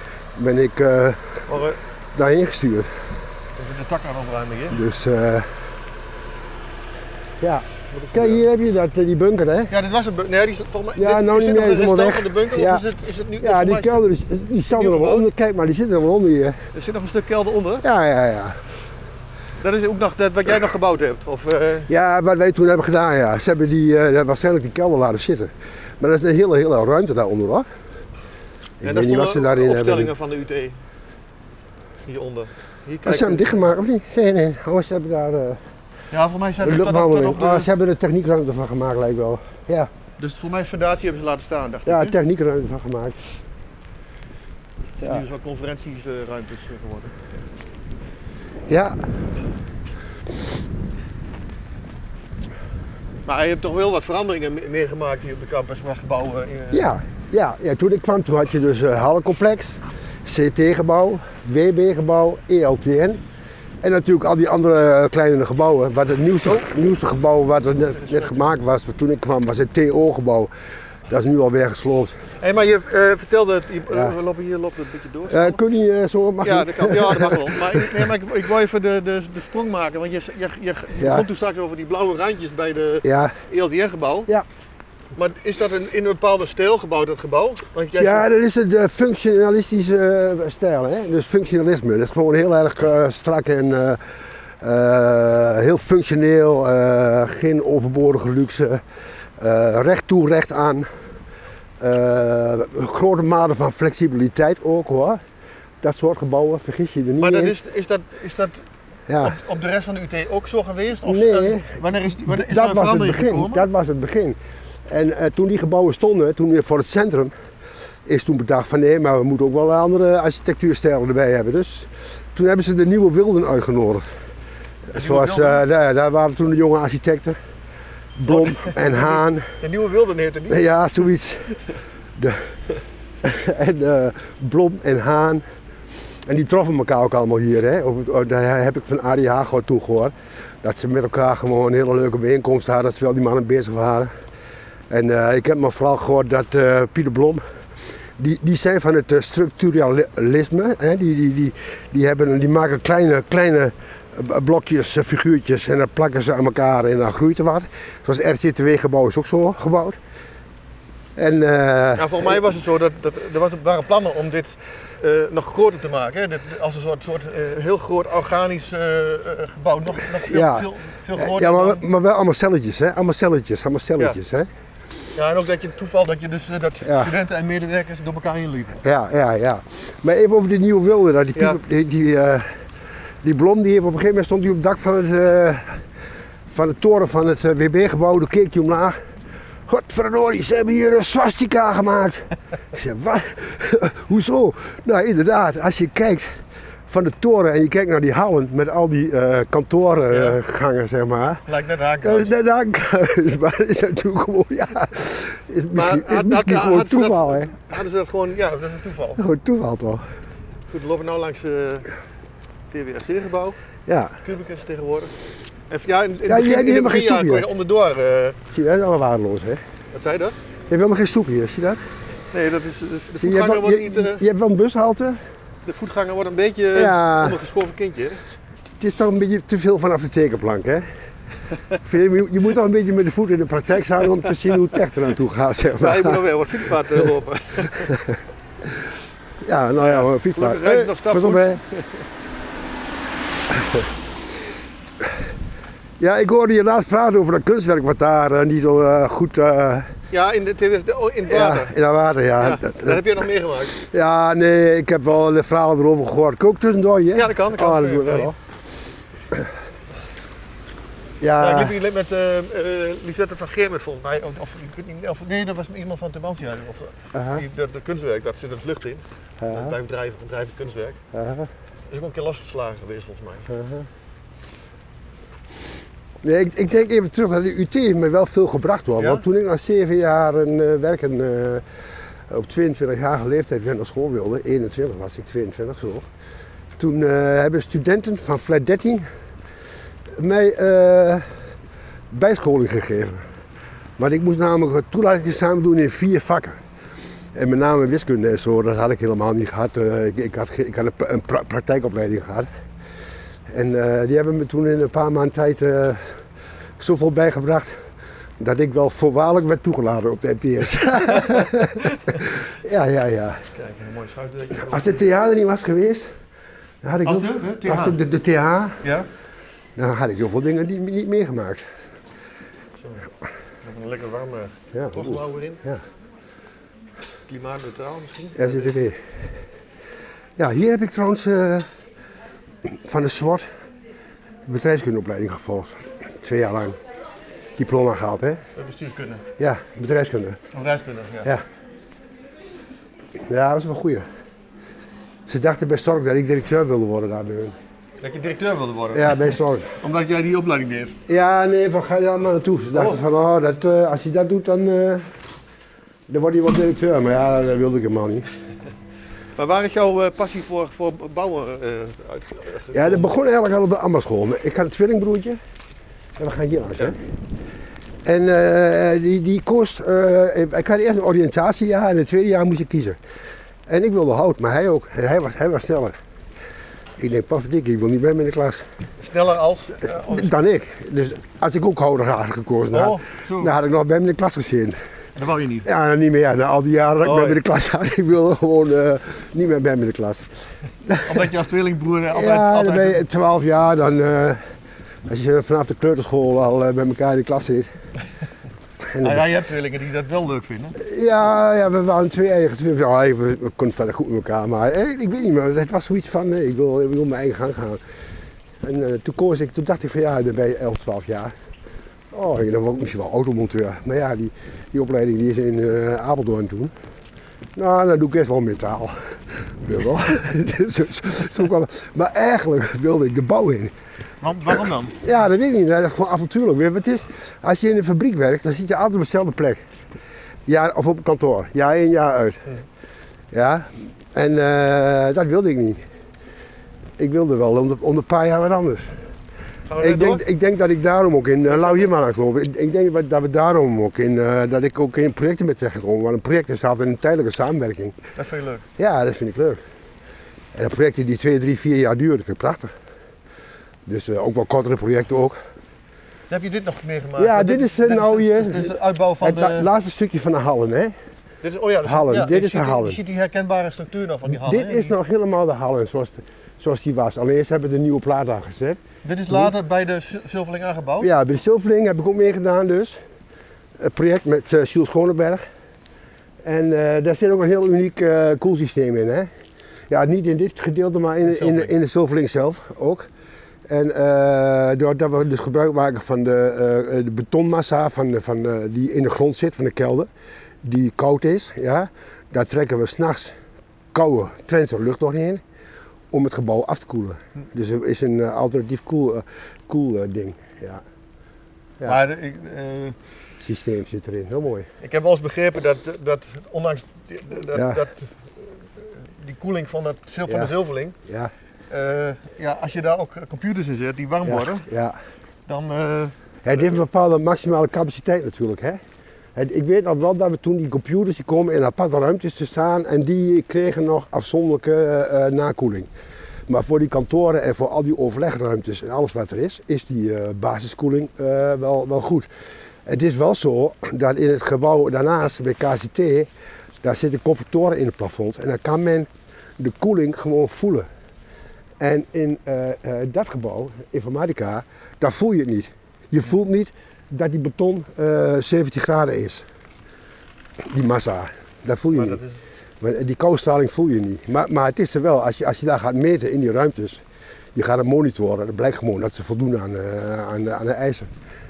Speaker 1: daarheen gestuurd.
Speaker 3: Even de tak aan opruimen hier.
Speaker 1: Dus ja. Kijk, hier heb je die bunker, hè?
Speaker 3: Ja, dit was een bunker. Nee, die is volgens mij.
Speaker 1: Ja, nou niet meer helemaal weg.
Speaker 3: Van de bunker,
Speaker 1: ja.
Speaker 3: Of is het nu?
Speaker 1: Ja, die kelder die staat er nog wel onder. Kijk maar, die zit er wel onder hier.
Speaker 3: Er zit nog een stuk kelder onder.
Speaker 1: Ja.
Speaker 3: Dat is ook nog wat jij nog gebouwd hebt? Of,
Speaker 1: Ja, wat wij toen hebben gedaan, ja. Ze hebben waarschijnlijk die kelder laten zitten. Maar dat is een hele ruimte daaronder, hoor. Ik weet niet wat ze daarin hebben.
Speaker 3: Opstellingen van de UT. Hieronder. Hier
Speaker 1: Ze hebben hem dichtgemaakt, of niet? Nee. Oh, ze hebben daar...
Speaker 3: Ja, voor mij zijn
Speaker 1: de
Speaker 3: er
Speaker 1: luchtbehandeling. Ze hebben er techniekruimte van gemaakt, lijkt wel. Ja.
Speaker 3: Dus voor mij fundatie hebben ze laten staan, dacht ik.
Speaker 1: Ja, techniekruimte van gemaakt.
Speaker 3: Ja. Nu is wel conferentieruimtes geworden.
Speaker 1: Ja.
Speaker 3: Maar je hebt toch wel wat veranderingen meegemaakt hier op de campus van gebouwen?
Speaker 1: Ja, toen ik kwam, toen had je dus Hallencomplex, CT-gebouw, WB-gebouw, ELTN. En natuurlijk al die andere kleinere gebouwen. Wat het nieuwste gebouw wat er net gemaakt was, toen ik kwam, was het TO-gebouw. Dat is nu alweer gesloopt.
Speaker 3: Hey, maar je vertelde, we lopen hier een beetje door.
Speaker 1: Kun je zo mag
Speaker 3: ja, dat kan. Ja, dat mag wel. Maar ik wou even de sprong maken, want je begon toen straks over die blauwe randjes bij de ELTN-gebouw.
Speaker 1: Ja.
Speaker 3: Maar is dat in een bepaalde stijl gebouwd, dat gebouw? Want
Speaker 1: ja, dat is de functionalistische stijl. Hè? Dus functionalisme. Dat is gewoon heel erg strak en heel functioneel. Geen overbodige luxe. Recht toe, recht aan. Grote mate van flexibiliteit ook, hoor. Dat soort gebouwen, vergis je er niet
Speaker 3: in. Maar is dat op de rest van de UT ook zo geweest? Of
Speaker 1: nee.
Speaker 3: Wanneer is
Speaker 1: dat was het begin. Gekomen? Dat was het begin. En toen die gebouwen stonden, toen weer voor het centrum, is toen bedacht van nee, maar we moeten ook wel andere architectuurstijlen erbij hebben. Dus toen hebben ze de Nieuwe Wilden uitgenodigd. Zoals, daar waren toen de jonge architecten, Blom en Haan.
Speaker 3: De Nieuwe Wilden heette die?
Speaker 1: Ja, zoiets. Blom en Haan. En die troffen elkaar ook allemaal hier. Hè. Daar heb ik van Arie Hago toen gehoord. Dat ze met elkaar gewoon een hele leuke bijeenkomst hadden terwijl die mannen bezig waren. En ik heb maar vooral gehoord dat Pieter Blom, die zijn van het structuralisme. Hè, die maken kleine blokjes, figuurtjes en dan plakken ze aan elkaar en dan groeit er wat. Zoals het RC2-gebouw is ook zo gebouwd. En,
Speaker 3: volgens mij was het zo dat er waren plannen om dit nog groter te maken. Hè? Dit, als een soort heel groot organisch gebouw, nog veel groter.
Speaker 1: Ja, maar wel allemaal celletjes, hè? Allemaal celletjes, hè?
Speaker 3: Ja, en ook dat je toeval dat studenten en medewerkers door elkaar heen liepen.
Speaker 1: Ja. Maar even over die Nieuwe Wilde, die Blom, die heeft op een gegeven moment stond hij op het dak van de toren van het WB-gebouw, toen keek hij omlaag. Godverdorie, ze hebben hier een swastika gemaakt. Ik zei, wat? Hoezo? Nou, inderdaad, als je kijkt van de toren en je kijkt naar die hallen met al die kantoorgangen, zeg maar.
Speaker 3: Lijkt net haakhuis.
Speaker 1: Dat is net haakhuis, maar dat is natuurlijk gewoon, is misschien gewoon toeval, hè?
Speaker 3: Hadden ze dat gewoon, dat is een toeval.
Speaker 1: Gewoon toeval, toch?
Speaker 3: Goed, we lopen nu langs TWRC-gebouw.
Speaker 1: Ja.
Speaker 3: Kubicus tegenwoordig. En
Speaker 1: in het
Speaker 3: beginjaar kon je onderdoor.
Speaker 1: Zie je, dat is allemaal waardeloos, hè?
Speaker 3: Wat zei je dat?
Speaker 1: Je hebt helemaal geen stoep hier, zie je dat?
Speaker 3: Nee, dat is de voetganger wordt niet...
Speaker 1: Je hebt wel een bushalte.
Speaker 3: De voetganger wordt een beetje ondergeschoven kindje.
Speaker 1: Het is toch een beetje te veel vanaf de tekenplank, hè? Je moet toch een beetje met de voet in de praktijk staan om te zien hoe het echt eraan toe gaat, zeg maar.
Speaker 3: Ja, je moet nog wel wat fietspad lopen.
Speaker 1: Ja, nou ja, een fietspad.
Speaker 3: Pas op, hè.
Speaker 1: Ja, ik hoorde je laatst praten over dat kunstwerk wat daar niet zo goed...
Speaker 3: Ja, in het water.
Speaker 1: Ja, in het water, ja.
Speaker 3: Ja, dat heb je nog meegemaakt.
Speaker 1: Ja, nee, ik heb wel de verhalen erover gehoord. Kun je ook tussendoor, je?
Speaker 3: Ja, dat kan.
Speaker 1: Oh, dat doe ik wel.
Speaker 3: Ja, ik
Speaker 1: Ja,
Speaker 3: liep hier met Lisette van Geermet volgens mij. Nee, dat was iemand van Tubantia. De kunstwerk, dat zit een vlucht in. Bij bedrijven kunstwerk. Is ook een keer losgeslagen geweest volgens mij.
Speaker 1: nee, ik denk even terug naar de UT heeft me wel veel gebracht hoor.
Speaker 3: Ja?
Speaker 1: Want toen ik na 7 jaar werken op 22-jarige leeftijd weer naar school wilde, 21 was ik, 22 zo. Toen hebben studenten van flat 13 mij bijscholing gegeven. Maar ik moest namelijk een toelatingsexamen doen in 4 vakken. En met name wiskunde en zo, dat had ik helemaal niet gehad. Ik had een praktijkopleiding gehad. En die hebben me toen in een paar maanden tijd zoveel bijgebracht dat ik wel voorwaardelijk werd toegelaten op de MTS. Ja.
Speaker 3: Kijk, een mooi schuitdekje.
Speaker 1: Als de theater niet was geweest, dan had ik
Speaker 3: Als
Speaker 1: de TH,
Speaker 3: Ja?
Speaker 1: dan had ik heel veel dingen niet meegemaakt.
Speaker 3: Zo. Een lekker warme
Speaker 1: Ja,
Speaker 3: tochtblauw erin.
Speaker 1: Ja.
Speaker 3: Klimaatneutraal misschien.
Speaker 1: RZTV. Ja, hier heb ik trouwens van de SWOT bedrijfskundeopleiding gevolgd. 2 jaar lang. Diploma gehaald, hè?
Speaker 3: Bestuurskunde.
Speaker 1: Ja, bedrijfskunde.
Speaker 3: Bedrijfskunde, ja.
Speaker 1: Ja. Ja, dat was wel een goeie. Ze dachten bij Stork dat ik directeur wilde worden daar bij hun.
Speaker 3: Dat je directeur wilde worden?
Speaker 1: Ja, bij Stork.
Speaker 3: Omdat jij die opleiding deed?
Speaker 1: Ja, nee, van ga je daar maar naartoe. Ze dachten van, als hij dat doet, dan wordt hij wel directeur. Maar ja, dat wilde ik helemaal niet.
Speaker 3: Maar waar is jouw passie voor bouwen uitgekomen?
Speaker 1: Ja, dat begon eigenlijk al op de ambachtschool. Ik had een tweelingbroertje. En we gaan hier langs, hè. En die koos, ik had eerst een oriëntatiejaar en in het tweede jaar moest ik kiezen. En ik wilde hout, maar hij ook. En hij was sneller. Ik denk, pafdikkie, ik wil niet bij me in de klas.
Speaker 3: Sneller als?
Speaker 1: Dan ik. Dus als ik ook hout had gekozen had, dan had ik nog bij me in de klas gezeten.
Speaker 3: Dat wou je niet?
Speaker 1: Ja, niet meer. Na al die jaren dat ik bij me in de klas had, ik wilde gewoon niet meer bij me in de klas.
Speaker 3: Omdat je als tweelingbroer altijd...
Speaker 1: Ja, dan ben je 12 jaar, dan als je vanaf de kleuterschool al bij elkaar in de klas zit.
Speaker 3: Nou ja, je hebt tweelingen die dat wel leuk vinden.
Speaker 1: Ja, we waren 2 eigen. Ja, we konden verder goed met elkaar, maar ik weet niet meer. Het was zoiets van, nee, ik wil mijn eigen gang gaan. En toen dacht ik van ja, dan ben je 11, 12 jaar. Oh, dan word ik misschien wel automonteur. Maar ja, die opleiding die is in Apeldoorn toen. Nou, dan doe ik eerst wel metaal. Wel. Maar eigenlijk wilde ik de bouw in.
Speaker 3: Waarom dan?
Speaker 1: Ja, dat weet ik niet. Dat is gewoon avontuurlijk. Weet je wat het is? Als je in een fabriek werkt, dan zit je altijd op dezelfde plek. Ja, of op een kantoor. Jaar in, jaar uit. Ja. En dat wilde ik niet. Ik wilde wel om een paar jaar wat anders. Ik denk dat ik daarom ook in, laat hier maar aankloppen. Ik denk dat we daarom ook dat ik ook in projecten ben terechtgekomen. Want een project is altijd een tijdelijke samenwerking.
Speaker 3: Dat vind je leuk?
Speaker 1: Ja, dat vind ik leuk. En projecten die 2, 3, 4 jaar duren, dat vind ik prachtig. Dus ook wel kortere projecten ook.
Speaker 3: Heb je dit nog meegemaakt?
Speaker 1: Ja, dit is nou
Speaker 3: dit is de uitbouw van
Speaker 1: het laatste stukje van de hallen, hè?
Speaker 3: Dit is, oh ja,
Speaker 1: hallen.
Speaker 3: Ja,
Speaker 1: dit is de hallen.
Speaker 3: Je ziet die herkenbare structuur nog van die hallen.
Speaker 1: Dit is nog helemaal de hallen zoals die was. Alleen hebben we de nieuwe plaat aangezet.
Speaker 3: Dit is later bij de Zilverling aangebouwd?
Speaker 1: Ja, bij de Zilverling heb ik ook meegedaan dus. Een project met Jules Schoneberg. En daar zit ook een heel uniek koelsysteem in, hè? Ja, niet in dit gedeelte, maar in de Zilverling zelf ook. En doordat we dus gebruik maken van de betonmassa die in de grond zit, van de kelder, die koud is, ja, daar trekken we 's nachts koude Twentse lucht doorheen om het gebouw af te koelen. Dus er is een alternatief koel ding. Ja. Ja.
Speaker 3: Maar
Speaker 1: systeem zit erin, heel mooi.
Speaker 3: Ik heb wel eens begrepen dat ondanks die koeling van de Zilverling, als je daar ook computers in zet die warm worden, dan...
Speaker 1: Het heeft een bepaalde maximale capaciteit natuurlijk. Hè? Ik weet nog wel dat we toen die computers die komen in aparte ruimtes te staan en die kregen nog afzonderlijke nakoeling. Maar voor die kantoren en voor al die overlegruimtes en alles wat er is die basiskoeling wel goed. Het is wel zo dat in het gebouw daarnaast bij KCT, daar zitten convectoren in het plafond en dan kan men de koeling gewoon voelen. En in dat gebouw, informatica, daar voel je het niet. Je voelt niet dat die beton 17 graden is. Die massa, dat voel je
Speaker 3: Maar
Speaker 1: niet.
Speaker 3: dat is...
Speaker 1: Maar die koolstraling voel je niet. Maar het is er wel, als je daar gaat meten in die ruimtes, je gaat het monitoren, dan blijkt gewoon dat ze voldoen aan de eisen.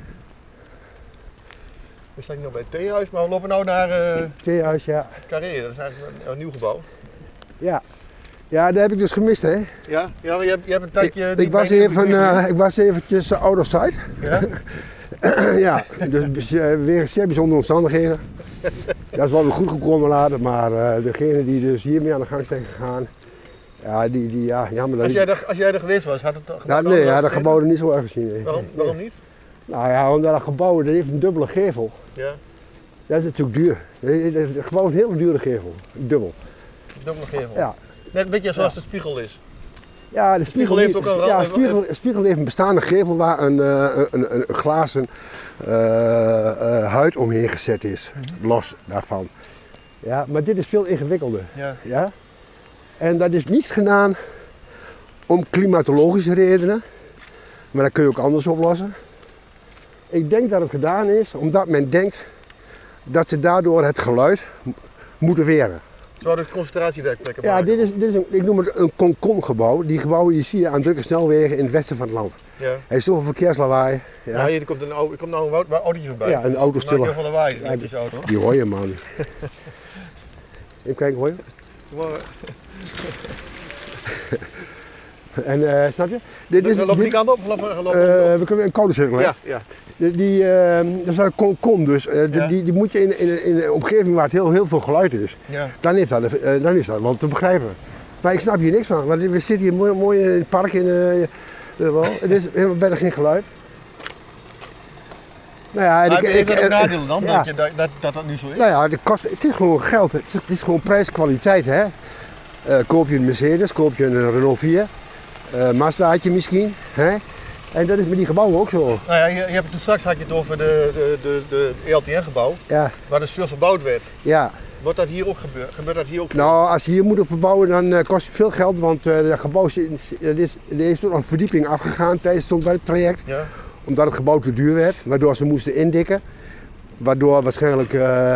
Speaker 3: We staan hier nog bij het theehuis, maar we lopen nou naar
Speaker 1: Theehuis, ja.
Speaker 3: Carré, dat is eigenlijk een nieuw gebouw.
Speaker 1: Ja. Ja, dat heb ik dus gemist, hè.
Speaker 3: Ja, maar je hebt een tijdje...
Speaker 1: Ik was eventjes out of sight.
Speaker 3: Ja?
Speaker 1: Ja, dus weer zeer bijzondere omstandigheden. Dat is wel weer goed gekomen later, maar degene die dus hiermee aan de gang zijn gegaan, ja, jammer.
Speaker 3: Als jij er geweest was, had het gebouw...
Speaker 1: Dat gebouw er niet zo erg gezien. Nee.
Speaker 3: Waarom niet?
Speaker 1: Nou ja, omdat dat gebouw dat heeft een dubbele gevel.
Speaker 3: Ja,
Speaker 1: Dat is natuurlijk duur. Het gebouw heeft een hele dure gevel, dubbel.
Speaker 3: dubbele gevel.
Speaker 1: Ja.
Speaker 3: Net een beetje zoals de spiegel is.
Speaker 1: Ja, de spiegel
Speaker 3: heeft ook een rand.
Speaker 1: Ja, spiegel heeft een bestaande gevel waar een glazen huid omheen gezet is. Los daarvan. Ja, maar dit is veel ingewikkelder.
Speaker 3: Ja.
Speaker 1: Ja? En dat is niet gedaan om klimatologische redenen. Maar dat kun je ook anders oplossen. Ik denk dat het gedaan is omdat men denkt dat ze daardoor het geluid moeten weren.
Speaker 3: Ze hadden concentratiewerkplekken
Speaker 1: Ja,
Speaker 3: maken.
Speaker 1: dit is ik noem het een Concon-gebouw. Die gebouwen die zie je aan drukke snelwegen in het westen van het land.
Speaker 3: Ja.
Speaker 1: Hij is zoveel verkeerslawaai.
Speaker 3: Ja, hier komt nou een autootje voorbij.
Speaker 1: Ja, een auto
Speaker 3: Die maakt
Speaker 1: stiller.
Speaker 3: heel veel lawaai, die elektrische auto.
Speaker 1: Die hoor je, man. Even kijken, hoor je? En snap je?
Speaker 3: Lopen die kant op?
Speaker 1: We kunnen een koude cirkel, hè?
Speaker 3: Ja, ja.
Speaker 1: Dat is een Concon, dus die moet je in een omgeving waar het heel veel geluid is.
Speaker 3: Ja.
Speaker 1: Dan is dat wel te begrijpen. Maar ik snap hier niks van, want we zitten hier mooi in het park. Het is helemaal bijna geen geluid. Nou ja,
Speaker 3: Maar heeft dat ook nadelen dan,
Speaker 1: ja.
Speaker 3: dat nu zo is?
Speaker 1: Nou ja, het is gewoon geld. Het is gewoon prijs-kwaliteit, hè. Koop je een Mercedes, koop je een Renault 4, Mazdaatje misschien, hè. En dat is met die gebouwen ook zo.
Speaker 3: Nou ja, toen straks had je het over de ELTN-gebouw,
Speaker 1: Ja,
Speaker 3: waar dus veel verbouwd werd.
Speaker 1: ja.
Speaker 3: Wordt dat hier ook gebeurd? Gebeurt dat hier ook?
Speaker 1: Nou, als je hier moet verbouwen, dan kost het veel geld, want dat gebouw er is toch een verdieping afgegaan tijdens het traject.
Speaker 3: Ja.
Speaker 1: Omdat het gebouw te duur werd, waardoor ze moesten indikken. Waardoor waarschijnlijk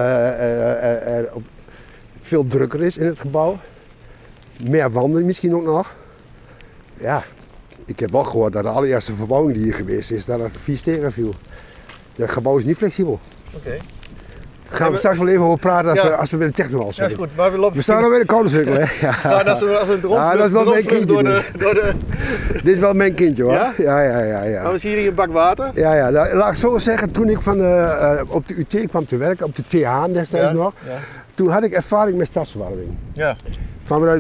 Speaker 1: er veel drukker is in het gebouw. Meer wanden misschien ook nog. Ja, ik heb wel gehoord dat de allereerste verbouwing die hier geweest is, dat er vies tegen viel. Het gebouw is niet flexibel.
Speaker 3: Oké.
Speaker 1: Daar gaan we straks wel even over praten als we bij de techno
Speaker 3: Ja,
Speaker 1: zijn.
Speaker 3: is goed. Maar we
Speaker 1: staan al bij de koude cirkel, hè? Ja.
Speaker 3: Nou, dat is een dronk.
Speaker 1: Ja, dat is wel mijn kindje.
Speaker 3: Door de...
Speaker 1: Dit is wel mijn kindje, hoor.
Speaker 3: Ja?
Speaker 1: Ja.
Speaker 3: Nou, we zien hier een bak water.
Speaker 1: Ja, laat ik zo zeggen, toen ik op de UT kwam te werken, op de TH destijds nog,
Speaker 3: Ja.
Speaker 1: toen had ik ervaring met stadsverwarming.
Speaker 3: Ja.
Speaker 1: Vanuit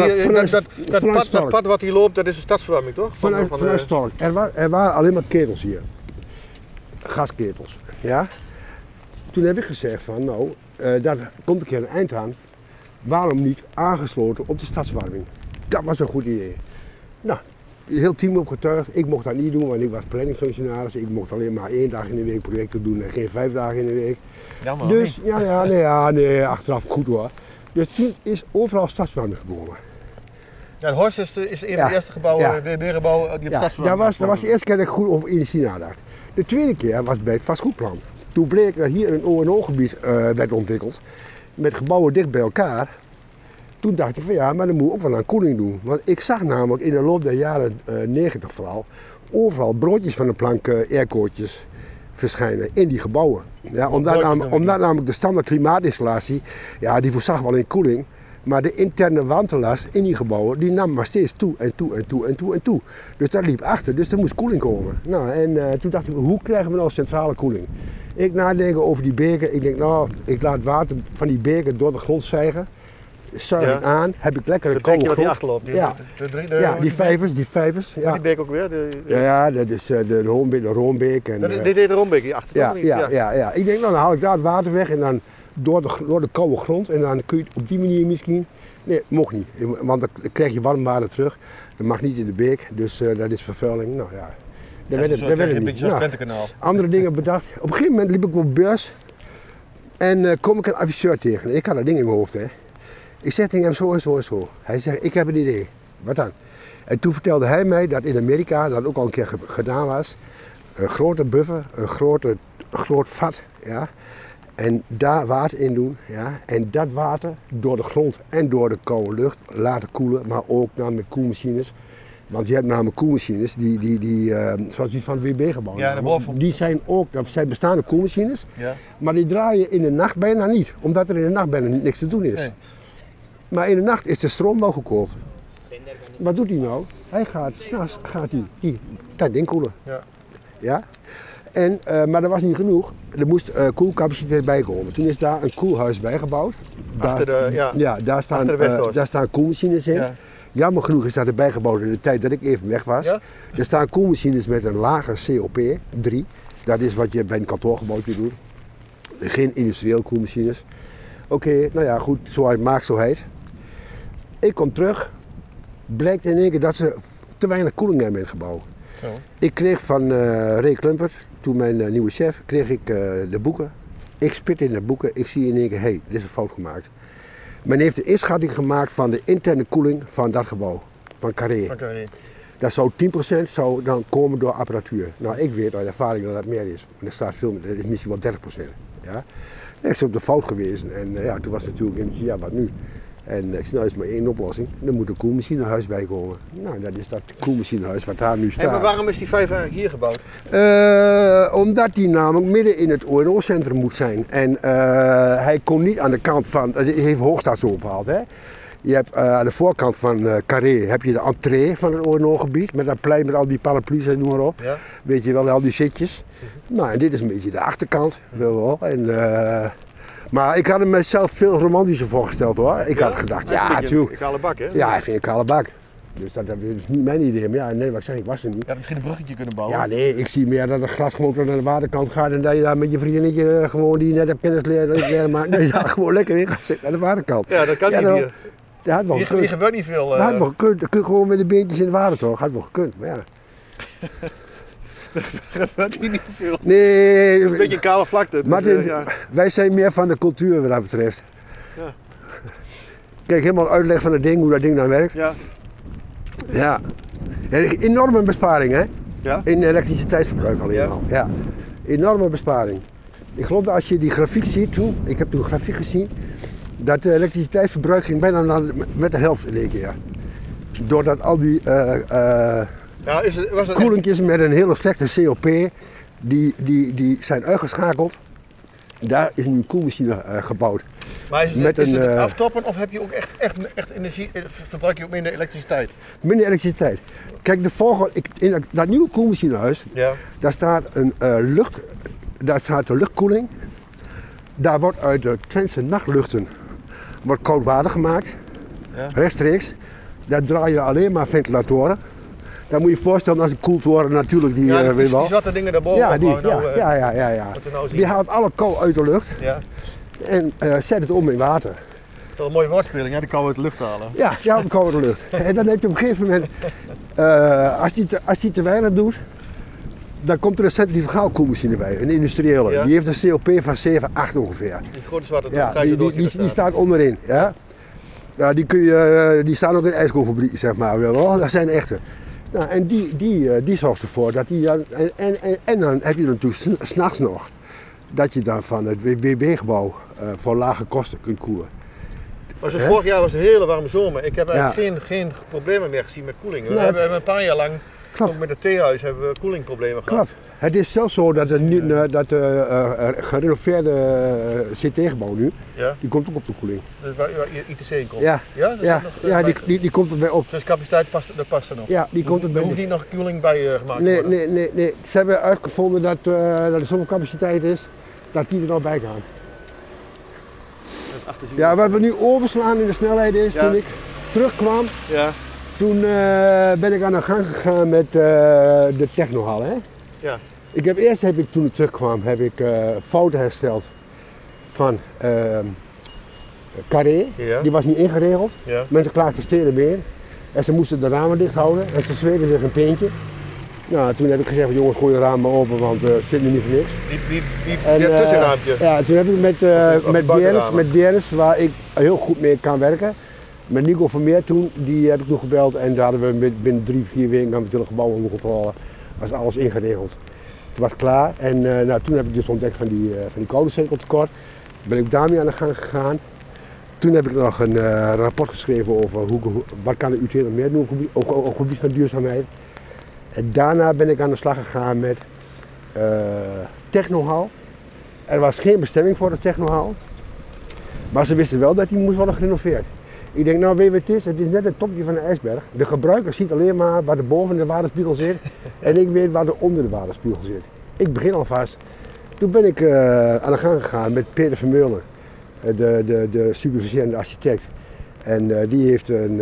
Speaker 3: Dat pad wat hier loopt, dat is de stadsverwarming, toch?
Speaker 1: Vanuit Stork. Er waren alleen maar ketels hier. Gasketels. Ja? Toen heb ik gezegd van, nou, daar komt een keer een eind aan. Waarom niet aangesloten op de stadsverwarming? Dat was een goed idee. Nou, het heel team opgetuigd. Ik mocht dat niet doen, want ik was planningsfunctionaris. Ik mocht alleen maar 1 dag in de week projecten doen en geen 5 dagen in de week.
Speaker 3: Jammer.
Speaker 1: Dus nee, achteraf goed hoor. Dus toen is overal stadsverwarming gekomen.
Speaker 3: Ja, het Horst is een van de eerste gebouwen, de gebouw die op stadsverwarming.
Speaker 1: Dat was de eerste keer dat ik goed over energie nadacht. De tweede keer was bij het vastgoedplan. Toen bleek dat hier een O&O-gebied werd ontwikkeld, met gebouwen dicht bij elkaar. Toen dacht ik van ja, maar dan moet ik ook wel aan koeling doen. Want ik zag namelijk in de loop der jaren 90 vooral, overal broodjes van de plank aircootjes verschijnen in die gebouwen. Ja, omdat namelijk de standaard klimaatinstallatie, ja, die voorzag wel in koeling. Maar de interne warmtelast in die gebouwen, die nam maar steeds toe en toe. Dus dat liep achter, dus er moest koeling komen. Nou, en toen dacht ik, hoe krijgen we nou centrale koeling? Ik nadenken over die beker, ik denk nou, ik laat water van die beker door de grond zuigen. Zuig aan, heb ik lekker een koude grond. Ja, die vijvers. Ja.
Speaker 3: Die beek ook weer?
Speaker 1: Ja, dat is de Roombeek.
Speaker 3: Dit heet de Roombeek hier achter.
Speaker 1: Ja. Ik denk nou, dan haal ik daar het water weg en dan door de koude grond en dan kun je het op die manier misschien... Nee, mocht niet, want dan krijg je warm water terug. Dat mag niet in de beek, dus dat is vervuiling. Nou ja, dat werd het niet.
Speaker 3: Nou,
Speaker 1: andere dingen bedacht. Op een gegeven moment liep ik op een beurs en kom ik een adviseur tegen. Ik had dat ding in mijn hoofd, hè. Ik zeg tegen hem zo en zo en zo. Hij zegt, ik heb een idee. Wat dan? En toen vertelde hij mij dat in Amerika, dat ook al een keer gedaan was, een grote buffer, een groot vat, ja. En daar water in doen, ja. En dat water door de grond en door de koude lucht laten koelen, maar ook dan met koelmachines. Want je hebt namelijk koelmachines, zoals die van het WB-gebouw.
Speaker 3: Ja,
Speaker 1: die zijn ook, dat zijn bestaande koelmachines,
Speaker 3: Ja.
Speaker 1: maar die draaien in de nacht bijna niet. Omdat er in de nacht bijna niks te doen is.
Speaker 3: Nee.
Speaker 1: Maar in de nacht is de stroom wel goedkoop. Wat doet hij nou? Hij gaat, 's'nachts gaat dat ding koelen.
Speaker 3: Ja.
Speaker 1: Ja? En, maar dat was niet genoeg. Er moest koelcapaciteit bij komen. Toen is daar een koelhuis bijgebouwd. Daar staan koelmachines in.
Speaker 3: Ja.
Speaker 1: Jammer genoeg is dat erbij gebouwd in de tijd dat ik even weg was.
Speaker 3: Ja?
Speaker 1: Er staan koelmachines met een lage COP, 3. Dat is wat je bij een kantoorgebouwtje doet. Geen industrieel koelmachines. Oké, nou ja, goed, zo uit maakzaamheid. Ik kom terug. Blijkt in één keer dat ze te weinig koeling hebben in het gebouw.
Speaker 3: Zo.
Speaker 1: Ik kreeg van Ray Klumpert, toen mijn nieuwe chef, kreeg ik de boeken. Ik spit in de boeken. Ik zie in één keer, dit is een fout gemaakt. Men heeft de inschatting gemaakt van de interne koeling van dat gebouw, van Carré.
Speaker 3: Okay.
Speaker 1: Dat zou 10% zou dan komen door apparatuur. Nou, ik weet uit ervaring dat dat meer is. En er staat veel meer, dat is misschien wel 30%. Ja? Ik is op de fout geweest en toen was het natuurlijk, ja, wat nu? En ik zei, nou is maar één oplossing. Er moet een koelmachinehuis bij komen. Nou, dat is dat koelmachinehuis wat daar nu staat.
Speaker 3: Hey, maar waarom is die 5 eigenlijk hier gebouwd?
Speaker 1: Omdat die namelijk midden in het O&O-centrum moet zijn. En hij kon niet aan de kant van, hij heeft Hoogstad zo opgehaald, hè. Je hebt aan de voorkant van Carré heb je de entree van het O&O-gebied. Met dat plein met al die paraplu's en noem maar op.
Speaker 3: Ja.
Speaker 1: Weet je wel, al die zitjes. Nou, en dit is een beetje de achterkant. Wel. En, maar ik had hem mezelf veel romantischer voorgesteld hoor. Ik had gedacht, ja, natuurlijk.
Speaker 3: Een kale bak, hè?
Speaker 1: Ja, hij vindt een kale bak. Dus dat is niet mijn idee. Maar ja, nee, wat ik zeg, ik was er niet.
Speaker 3: Je had misschien een bruggetje kunnen bouwen.
Speaker 1: Ja, nee, ik zie meer dat het gras gewoon tot naar de waterkant gaat en dat je daar met je vriendinnetje gewoon die je net hebt kennis leren maken. Nee, ja, gewoon lekker in gaat zitten aan de waterkant.
Speaker 3: Ja, dat kan niet hier.
Speaker 1: Ja, had wel gekund.
Speaker 3: Hier gebeurt niet veel.
Speaker 1: Dat had wel gekund. Dan kun je gewoon met de beentjes in het water toch. Had wel gekund, maar ja.
Speaker 3: Er gebeurt hier niet veel.
Speaker 1: Nee.
Speaker 3: Het is een beetje een kale vlakte. Dus,
Speaker 1: Martin, wij zijn meer van de cultuur wat dat betreft.
Speaker 3: Ja.
Speaker 1: Kijk, helemaal uitleg van het ding, hoe dat ding dan werkt.
Speaker 3: Ja.
Speaker 1: Ja. Enorme besparing, hè?
Speaker 3: Ja?
Speaker 1: In elektriciteitsverbruik alleen al. Ja. Enorme besparing. Ik geloof dat als je die grafiek ziet toen, ik heb toen een grafiek gezien, dat de elektriciteitsverbruik ging bijna met de helft in één keer. Doordat al die koelingjes met een hele slechte COP, die zijn uitgeschakeld. Daar is nu een koelmachine gebouwd.
Speaker 3: Maar is het aftoppen of heb je ook echt energie, verbruik je ook minder elektriciteit?
Speaker 1: Minder elektriciteit. Kijk, in dat nieuwe koelmachinehuis, daar staat de luchtkoeling. Daar wordt uit de Twentse nachtluchten koud water gemaakt, rechtstreeks. Daar draaien alleen maar ventilatoren. Dan moet je je voorstellen als die koeld worden natuurlijk die
Speaker 3: die zwarte dingen daarboven.
Speaker 1: Die haalt alle kou uit de lucht en zet het om in water.
Speaker 3: Dat is een mooie woordspeling, hè? De kou uit de lucht halen.
Speaker 1: Ja, de kou uit de lucht. En dan heb je op een gegeven moment, als die te weinig doet, dan komt er een centrifugaal koelmachine bij, een industriële. Ja. Die heeft een COP van 7, 8 ongeveer.
Speaker 3: Die grote zwarte
Speaker 1: die staat onderin. Ja? Ja, die staan ook in ijskoolfabrieken, zeg maar. Dat zijn echte. Nou, en die zorgt ervoor dat die dan. En dan heb je natuurlijk 's nachts nog dat je dan van het WB-gebouw voor lage kosten kunt koelen.
Speaker 3: Vorig jaar was een hele warme zomer. Ik heb eigenlijk geen problemen meer gezien met koeling. We hebben een paar jaar lang, ook met het theehuis, hebben we koelingproblemen gehad.
Speaker 1: Klopt. Het is zelfs zo dat de gerenoveerde CT-gebouw nu, die komt ook op de koeling.
Speaker 3: Dus waar ITC in komt?
Speaker 1: Die komt erbij op.
Speaker 3: Dus capaciteit past er nog?
Speaker 1: Ja, die komt erbij.
Speaker 3: Er hoeft niet nog koeling bij gemaakt te worden?
Speaker 1: Nee. Ze hebben uitgevonden dat er zoveel capaciteit is, dat die er nog bij gaan. Ja, wat we nu overslaan in de snelheid is, toen ik terugkwam, toen ben ik aan de gang gegaan met de technohal. Hè?
Speaker 3: Ja.
Speaker 1: Toen ik terugkwam, heb ik fouten hersteld van Carré. Ja. Die was niet ingeregeld. Ja. Mensen klaagden steden meer. En ze moesten de ramen dicht houden en ze zweten zich een peentje. Nou, toen heb ik gezegd, jongens, gooi de ramen maar open, want het zit nu niet voor niks.
Speaker 3: Die tussenraampje?
Speaker 1: Ja, toen heb ik met Dennis, waar ik heel goed mee kan werken, met Nico Vermeer toen, die heb ik toen gebeld en daar hadden we binnen 3-4 weken het hele gebouw onder controle. Was alles ingeregeld. Het was klaar en toen heb ik dus ontdekt van die kolencirkeltekort. Ben ik daarmee aan de gang gegaan. Toen heb ik nog een rapport geschreven over wat kan de UT nog meer doen op het gebied van duurzaamheid. En daarna ben ik aan de slag gegaan met technohal. Er was geen bestemming voor de technohal. Maar ze wisten wel dat die moest worden gerenoveerd. Ik denk, nou weet je wat het is? Het is net het topje van de ijsberg. De gebruiker ziet alleen maar waar er boven de waterspiegel zit. En ik weet waar er onder de waterspiegel zit. Ik begin alvast. Toen ben ik aan de gang gegaan met Peter Vermeulen, de superviserende architect. En die heeft een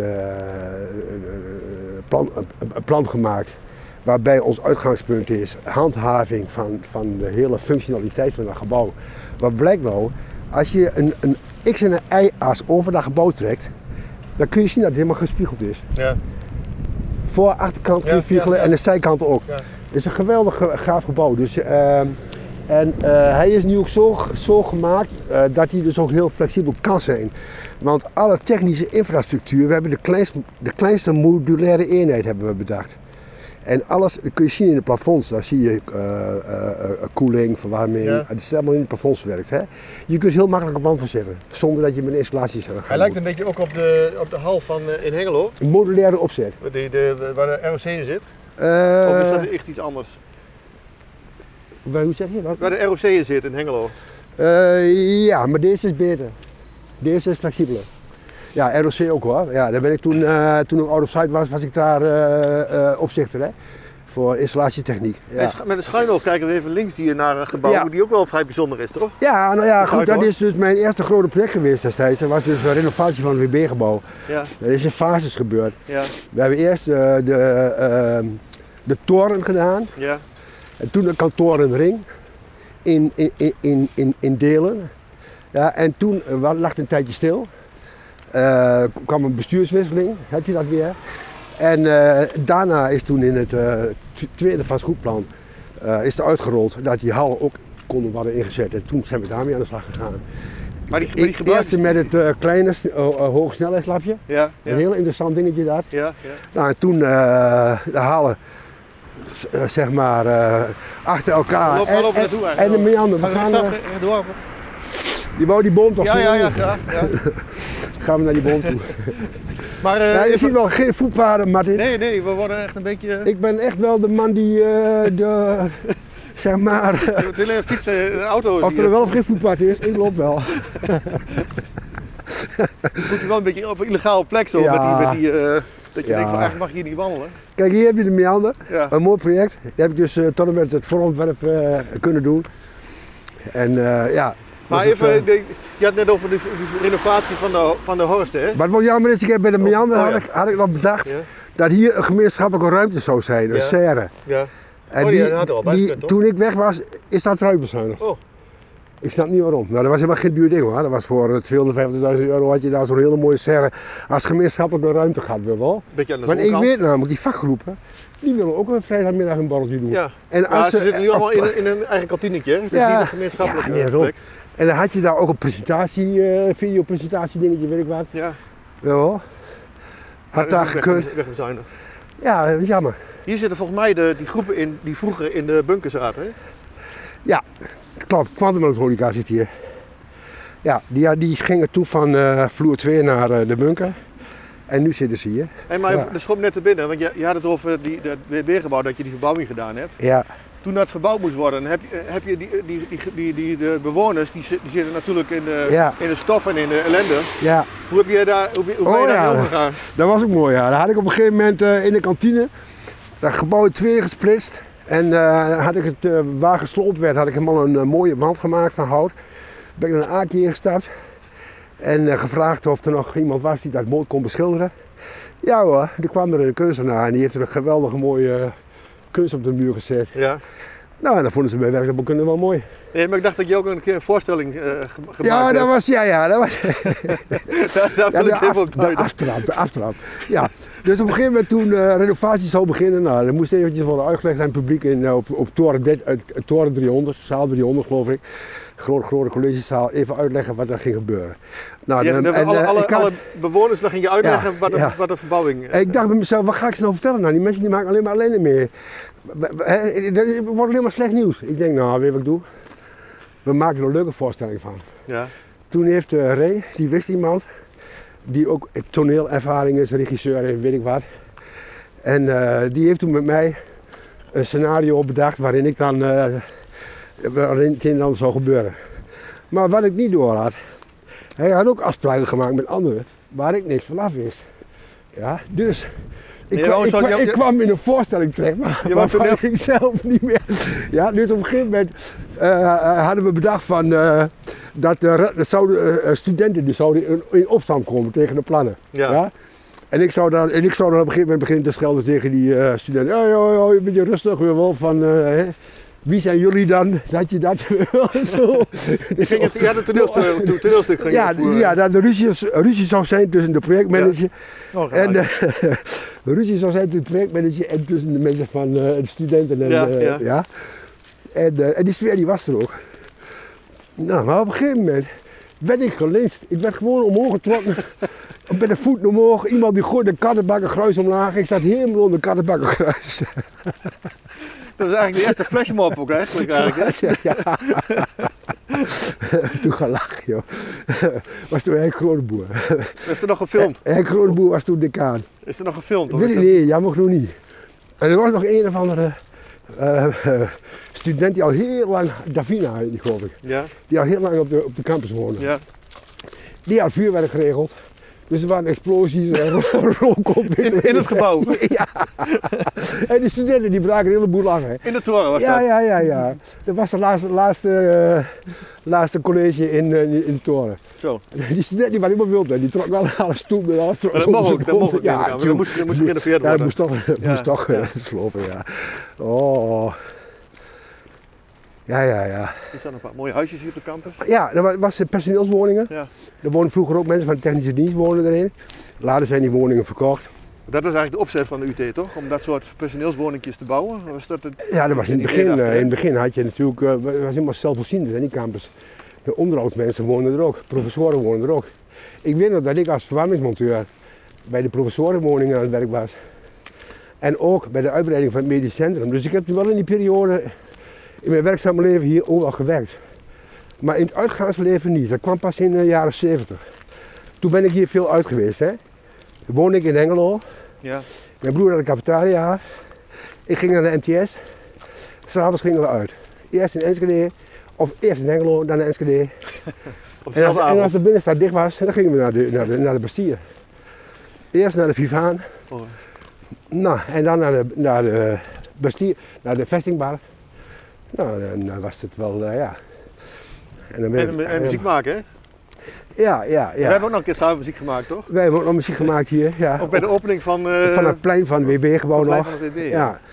Speaker 1: plan gemaakt waarbij ons uitgangspunt is handhaving van de hele functionaliteit van dat gebouw. Wat blijkt nou, als je een X- en een Y-as over dat gebouw trekt, dan kun je zien dat het helemaal gespiegeld is.
Speaker 3: Ja.
Speaker 1: Voor, achterkant kun je spiegelen en de zijkanten ook.
Speaker 3: Ja.
Speaker 1: Het is een geweldig gaaf gebouw. Dus, hij is nu ook zo gemaakt dat hij dus ook heel flexibel kan zijn. Want alle technische infrastructuur, we hebben de kleinste modulaire eenheid hebben we bedacht. En alles dat kun je zien in de plafonds, daar zie je koeling, verwarming, het is allemaal in de plafonds werkt. Hè? Je kunt heel makkelijk op wand verzetten, zonder dat je met installaties gaat.
Speaker 3: Hij lijkt een beetje ook op de hal van in Hengelo.
Speaker 1: Een modulaire opzet.
Speaker 3: Waar de ROC in zit. Of is dat echt iets anders?
Speaker 1: Hoe zeg je dat?
Speaker 3: Waar de ROC in zit in Hengelo.
Speaker 1: Ja, maar deze is beter. Deze is flexibeler. Ja, ROC ook hoor. Ja, daar ben ik toen ik out of site was ik daar opzichter hè? Voor installatietechniek. Ja.
Speaker 3: Met een schuin oog kijken we even links hier naar een gebouw die ook wel vrij bijzonder is, toch?
Speaker 1: Ja, nou ja, goed, dat is dus mijn eerste grote project geweest destijds. Dat was dus een renovatie van het WB-gebouw. Ja. Dat is in fases gebeurd. Ja. We hebben eerst de toren gedaan. Ja. En toen de kantorenring in delen. Ja, en toen lag het een tijdje stil. Kwam een bestuurswisseling, heb je dat weer. En daarna is toen in het tweede vastgoedplan is er uitgerold dat die hallen ook konden worden ingezet. En toen zijn we daarmee aan de slag gegaan.
Speaker 3: Maar die
Speaker 1: eerst met het kleine hogesnelheidslapje. Ja, ja. Een heel interessant dingetje dat. Ja, ja. Nou, en toen de hallen zeg maar achter elkaar. En de meander. Die wou die boom toch zien?
Speaker 3: Ja, graag. Ja.
Speaker 1: Gaan we naar die boom toe. Maar, je ziet wel geen voetpaden, Martin.
Speaker 3: Nee, we worden echt een beetje...
Speaker 1: Ik ben echt wel de man die zeg maar...
Speaker 3: fietsen, een auto.
Speaker 1: Of er wel of geen voetpad is, ik loop wel.
Speaker 3: Je moet wel een beetje op een illegale plek zo, met die dat je denkt van eigenlijk mag je hier niet wandelen.
Speaker 1: Kijk, hier heb je de meander, een mooi project. Dat heb ik dus tot en met het voorontwerp kunnen doen. En
Speaker 3: maar even, je had net over die renovatie van de Horst, hè?
Speaker 1: Wat wel jammer is, ik heb bij de meander had ik nog bedacht dat hier een gemeenschappelijke ruimte zou zijn, een serre. Ja. En toen ik weg was, is dat ruimbezuinigd. Oh. Ik snap niet waarom. Nou, dat was helemaal geen duur ding hoor. Dat was voor €250.000 had je daar zo'n hele mooie serre als gemeenschappelijke ruimte gehad weer wel. Want ik weet namelijk, die vakgroepen, die willen ook een vrijdagmiddag een borreltje doen.
Speaker 3: Ja, en als ze zitten nu allemaal in een eigen kantinetje. Dus niet een gemeenschappelijke plek.
Speaker 1: En dan had je daar ook een presentatie, videopresentatie dingetje, weet ik wat. Ja. Wel. Had daar gekund.
Speaker 3: Wegbezuinigd.
Speaker 1: Ja, dat is jammer.
Speaker 3: Hier zitten volgens mij die groepen in die vroeger in de bunker zaten, hè?
Speaker 1: Ja, klopt. Kwantumelektronica zit hier. Ja, die gingen toe van vloer 2 naar de bunker. En nu zitten ze hier.
Speaker 3: Hey, maar de schop net er binnen, want je had het over dat WB-gebouw, dat je die verbouwing gedaan hebt.
Speaker 1: Ja.
Speaker 3: Toen dat verbouwd moest worden, heb je de bewoners, die zitten natuurlijk in de stof en in de ellende. Ja. Hoe ben je daar omgegaan?
Speaker 1: Dat was ook mooi, ja. Daar had ik op een gegeven moment in de kantine dat gebouw in 2 gesplitst. En had ik het waar gesloopt werd, had ik helemaal een mooie wand gemaakt van hout. Ben ik naar een aakje ingestapt en gevraagd of er nog iemand was die dat mooi kon beschilderen. Ja hoor, die kwam er in de kunstenaar en die heeft er een geweldige mooie kunst op de muur gezet. Ja. Nou, en dat vonden ze bij werktuigbouwkunde wel mooi.
Speaker 3: Nee, maar ik dacht dat je ook een keer een voorstelling gemaakt hebt.
Speaker 1: Ja, dat was...
Speaker 3: Daar wil ik even op
Speaker 1: de aftrap. Ja. Dus op een gegeven moment toen renovatie zou beginnen, nou, dan moest eventjes worden uitgelegd aan het publiek op toren 300, zaal 300 geloof ik. Grote collegezaal, even uitleggen wat er ging gebeuren. Nou,
Speaker 3: alle bewoners, dan ging je uitleggen wat de verbouwing...
Speaker 1: Ik dacht bij mezelf, wat ga ik ze nou vertellen? Nou, die mensen die maken alleen maar ellende mee. Er worden alleen maar slecht nieuws. Ik denk, nou, weet je wat ik doe? We maken er een leuke voorstelling van.
Speaker 3: Ja.
Speaker 1: Toen heeft Ray, die wist iemand, die ook toneelervaring is, regisseur en weet ik wat. En die heeft toen met mij een scenario bedacht waarin ik dan, waarin het een en ander zou gebeuren. Maar wat ik niet door had, hij had ook afspraken gemaakt met anderen waar ik niks vanaf wist. Ja, dus ik kwam in een voorstelling terecht, waarvan ik zelf niet meer. Ja, dus op een gegeven moment hadden we bedacht van dat studenten die zouden in opstand komen tegen de plannen.
Speaker 3: Ja.
Speaker 1: Ja? En ik zou dan op een gegeven moment beginnen te schelden tegen die studenten. Een beetje rustig weer wel van. Wie zijn jullie dan dat je dat wil? Zo.
Speaker 3: Dus de toneelstuk ging
Speaker 1: dat de ruzie zou zijn tussen de projectmanager en ruzie zou zijn tussen de projectmanager en tussen de mensen van de studenten. En die sfeer die was er ook. Nou, maar op een gegeven moment werd ik gelyncht. Ik werd gewoon omhoog getrokken. Met de voet omhoog. Iemand die gooide de kattenbakkenkruis omlaag. Ik zat helemaal onder de kattenbakkenkruis.
Speaker 3: Dat was eigenlijk de eerste flashmob ook eigenlijk.
Speaker 1: Ja. Toen gelachen, joh. Was toen Henk Grootboer.
Speaker 3: Is er nog gefilmd?
Speaker 1: Henk Grootboer was toen decaan.
Speaker 3: Is er nog gefilmd?
Speaker 1: Weet ik niet, jammer genoeg niet. En er was nog een of andere student die al heel lang, Davina heet die geloof ik. Ja. Die al heel lang op de campus woonde. Ja. Die had vuurwerk geregeld. Dus er waren explosies en rookontwikkeling.
Speaker 3: In het gebouw?
Speaker 1: Ja. En de studenten die braken een heleboel af. Hè.
Speaker 3: In de toren was dat?
Speaker 1: Ja. Dat was de laatste college in de toren.
Speaker 3: Zo.
Speaker 1: Die studenten die waren helemaal wild. Hè. Die trokken alle stoelen en alles.
Speaker 3: Dat mocht ook. Ja, dat moest gerenoveerd worden.
Speaker 1: Ja, dat moest toch slopen, ja. Oh. Ja.
Speaker 3: Er staan een paar mooie huisjes hier op de campus.
Speaker 1: Ja, dat was personeelswoningen. Ja. Er woonden vroeger ook mensen van de technische dienst wonen erin. Later zijn die woningen verkocht.
Speaker 3: Dat is eigenlijk de opzet van de UT, toch? Om dat soort personeelswoningjes te bouwen? Was dat
Speaker 1: ja, dat was in het begin. In het begin had je natuurlijk, was helemaal zelfvoorzienend in die campus. De onderhoudsmensen woonden er ook, professoren woonden er ook. Ik weet nog dat ik als verwarmingsmonteur bij de professorenwoningen aan het werk was. En ook bij de uitbreiding van het medisch centrum. Dus ik heb wel in die periode in mijn werkzame leven hier ook al gewerkt. Maar in het uitgaansleven niet. Dat kwam pas in de jaren 70. Toen ben ik hier veel uit geweest. Hè. Toen woonde ik in Hengelo. Ja. Mijn broer had een cafetaria. Ik ging naar de MTS. S'avonds gingen we uit. Eerst in Enschede. Of eerst in Hengelo, dan in Enschede. En als de binnenstad dicht was, dan gingen we naar de Bastille. Eerst naar de Vivaan. Oh. Nou, en dan naar de Bastille, naar de vestingbar. Nou, dan was het wel, ja.
Speaker 3: En muziek maken, hè?
Speaker 1: Ja.
Speaker 3: We hebben ook nog een keer samen muziek gemaakt, toch?
Speaker 1: Wij hebben ook nog muziek gemaakt hier, ja.
Speaker 3: Ook bij de opening van
Speaker 1: het plein van het WB-gebouw nog.
Speaker 3: Van het WB,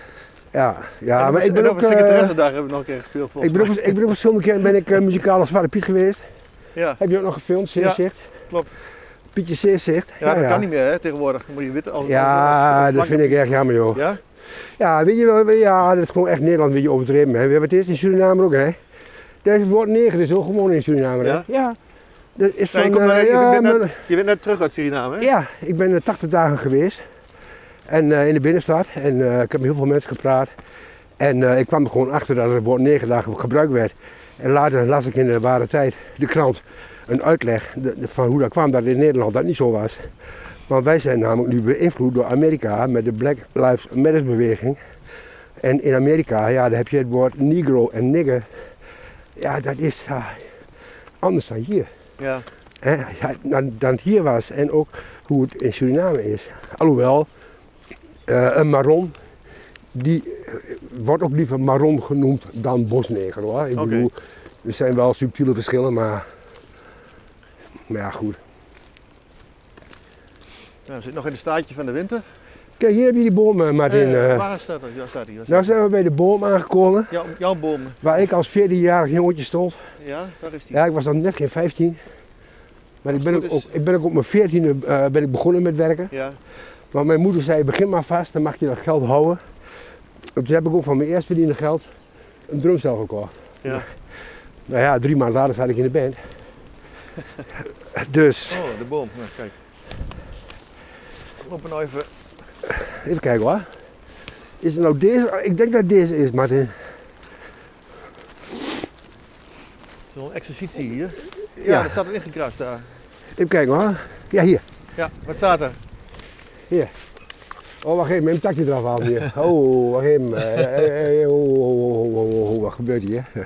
Speaker 1: ja. Maar ik ben ook...
Speaker 3: Secretaressendag hebben we nog een keer gespeeld, volgens mij.
Speaker 1: Ik ben ook verschillende keren muzikaal als Zwarte Piet geweest.
Speaker 3: Ja.
Speaker 1: Heb je ook nog gefilmd, Zeerzicht?
Speaker 3: Ja, klopt.
Speaker 1: Pietje Zeerzicht.
Speaker 3: Ja, dat kan niet meer, hè, tegenwoordig. Moet je weten,
Speaker 1: dat vind ik erg jammer, joh.
Speaker 3: Ja?
Speaker 1: Ja, weet je wel, dat is gewoon echt Nederland een beetje overdreven. Hè. Wat is in Suriname ook, hè? Dat wordt neger, dat is ook gewoon in Suriname, hè? Ja. Dat is van,
Speaker 3: je bent net terug uit Suriname, hè?
Speaker 1: Ja, ik ben 80 dagen geweest. En in de binnenstad. En ik heb met heel veel mensen gepraat. En ik kwam er gewoon achter dat het woord negerdag gebruikt werd. En later las ik in de Ware Tijd, de krant, een uitleg van hoe dat kwam, dat in Nederland dat niet zo was. Want wij zijn namelijk nu beïnvloed door Amerika met de Black Lives Matter beweging. En in Amerika, ja, daar heb je het woord negro en nigger. Ja, dat is anders dan hier.
Speaker 3: Ja.
Speaker 1: Dan het hier was en ook hoe het in Suriname is. Alhoewel, een marron, die wordt ook liever marron genoemd dan bosneger, hoor. Ik bedoel, er zijn wel subtiele verschillen, maar ja, goed.
Speaker 3: Nou, we zitten nog in het staartje van de winter.
Speaker 1: Kijk, hier heb je die boom, Martin.
Speaker 3: Waar staat er? Ja, staat hier.
Speaker 1: Nou zijn we bij de boom aangekomen.
Speaker 3: Ja, jouw boom.
Speaker 1: Waar ik als 14-jarig jongetje stond.
Speaker 3: Ja, daar is die.
Speaker 1: Ja, ik was dan net geen 15. Maar ik ben ook op mijn 14e ben ik begonnen met werken. Ja. Want mijn moeder zei, begin maar vast, dan mag je dat geld houden. En toen heb ik ook van mijn eerst verdiende geld een drumstel gekocht. Ja. Nou ja, 3 maanden later zat ik in de band. Dus...
Speaker 3: Oh, de boom. Nou, kijk. Lopen nou even...
Speaker 1: Even kijken hoor. Is het nou deze? Ik denk dat deze is, Martin.
Speaker 3: een exercitie hier. Ja,
Speaker 1: Ja.
Speaker 3: dat staat er ingekrast daar.
Speaker 1: Even kijken hoor. Ja, hier.
Speaker 3: Ja, wat staat er?
Speaker 1: Hier. Oh, wacht even, mijn takje eraf halen hier. Oh, wacht even. Wat gebeurt hier?
Speaker 3: Het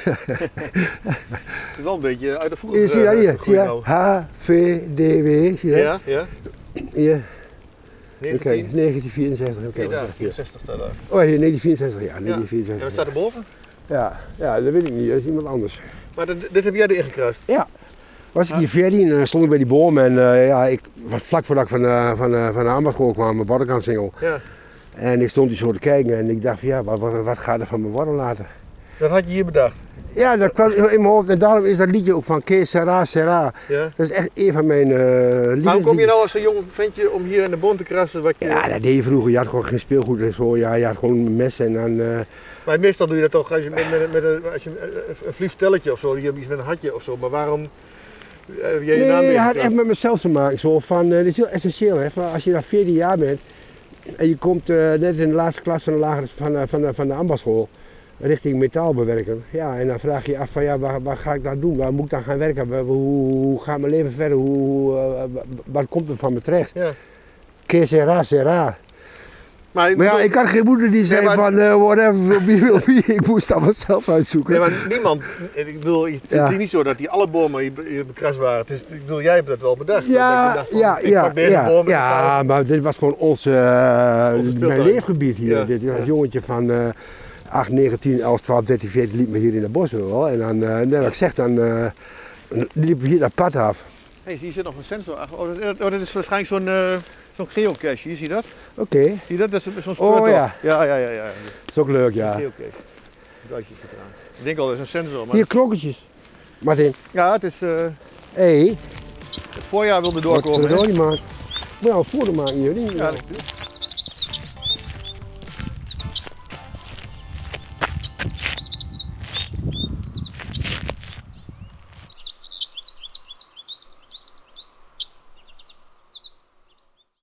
Speaker 3: is wel een beetje uit de vroege
Speaker 1: Zie je dat hier? Zie je?
Speaker 3: nou.
Speaker 1: HVDW, zie je dat?
Speaker 3: Ja, ja.
Speaker 1: Hier. Even
Speaker 3: 19.
Speaker 1: kijken, 1964. Even
Speaker 3: Kijk
Speaker 1: kijken,
Speaker 3: daar,
Speaker 1: wat staat hier?
Speaker 3: 64 staat daar.
Speaker 1: Oh, hier, 1964, ja,
Speaker 3: Ja. En
Speaker 1: 1964.
Speaker 3: wat staat er boven?
Speaker 1: Ja, dat weet ik niet, dat is iemand anders.
Speaker 3: Maar dit heb jij erin gekrast.
Speaker 1: Ja. Was ik hier 14 en stond ik bij die boom en ja, ik was vlak voordat ik van de ambachtschool kwam, mijn boddenkantsingel.
Speaker 3: Ja.
Speaker 1: En ik stond hier zo te kijken en ik dacht van ja, wat gaat er van me worden later?
Speaker 3: Dat had je hier bedacht.
Speaker 1: Ja, dat kwam in mijn hoofd en daarom is dat liedje ook van Kees Serra Serra.
Speaker 3: Ja.
Speaker 1: Dat is echt een van mijn liedjes.
Speaker 3: Waarom kom je nou als een jong ventje om hier in de boom te krassen? Wat je...
Speaker 1: Ja, dat deed je vroeger. Je had gewoon geen speelgoed en zo. Ja, je had gewoon een mes en dan...
Speaker 3: Maar meestal doe je dat toch als je als je een vlieg stelletje of zo, die iets met een hatje of zo. Maar waarom heb jij je naam
Speaker 1: Nee, het
Speaker 3: erin
Speaker 1: had
Speaker 3: gekrast?
Speaker 1: echt met mezelf te maken. Zo van, dat is heel essentieel. Hè, van als je dan 14 jaar bent en je komt net in de laatste klas van de, van de ambachtschool richting metaalbewerker. Ja, en dan vraag je je af van ja, waar ga ik dan doen? Waar moet ik dan gaan werken? Hoe gaat mijn leven verder? Wat komt er van me terecht?
Speaker 3: Ja.
Speaker 1: Que sera, sera.
Speaker 3: Maar
Speaker 1: Maar ja, ik had geen moeder die zei
Speaker 3: maar-
Speaker 1: van whatever, wie wil wie. Ik moest dat wel zelf uitzoeken.
Speaker 3: Nee, maar niemand, ik bedoel, het
Speaker 1: Ja.
Speaker 3: is niet zo dat die alle bomen hier bekrast waren. Het is, ik bedoel, jij hebt dat wel bedacht. Dat je
Speaker 1: Ja,
Speaker 3: dacht van,
Speaker 1: ja,
Speaker 3: ik
Speaker 1: ja,
Speaker 3: pak deze
Speaker 1: ja,
Speaker 3: boom en ik ga-
Speaker 1: ja, maar dit was gewoon
Speaker 3: Onze
Speaker 1: mijn
Speaker 3: speeltuin.
Speaker 1: leefgebied hier.
Speaker 3: Ja,
Speaker 1: Dit
Speaker 3: ja.
Speaker 1: jongetje van 8, 9, 10, 11, 12, 13, 14 liep me hier in het bos wel. En dan, net wat ik zeg, dan liepen we hier dat pad af.
Speaker 3: Hey, hier zit nog een sensor achter. Oh, dat is waarschijnlijk zo'n geocache. Hier, zie je dat?
Speaker 1: Oké,
Speaker 3: Zie je dat? Dat is zo'n
Speaker 1: Oh,
Speaker 3: speurtocht.
Speaker 1: ja.
Speaker 3: Ja.
Speaker 1: dat is ook leuk, ja.
Speaker 3: Geocache. Duitsje zit eraan. Ik denk al, dat is een sensor. Maar
Speaker 1: Hier klokketjes. Martin,
Speaker 3: ja, het is
Speaker 1: hé,
Speaker 3: het voorjaar wilde
Speaker 1: wat
Speaker 3: doorkomen. hè?
Speaker 1: verdorie man. Moet je een foto maken hier, niet?
Speaker 3: Ja, natuurlijk.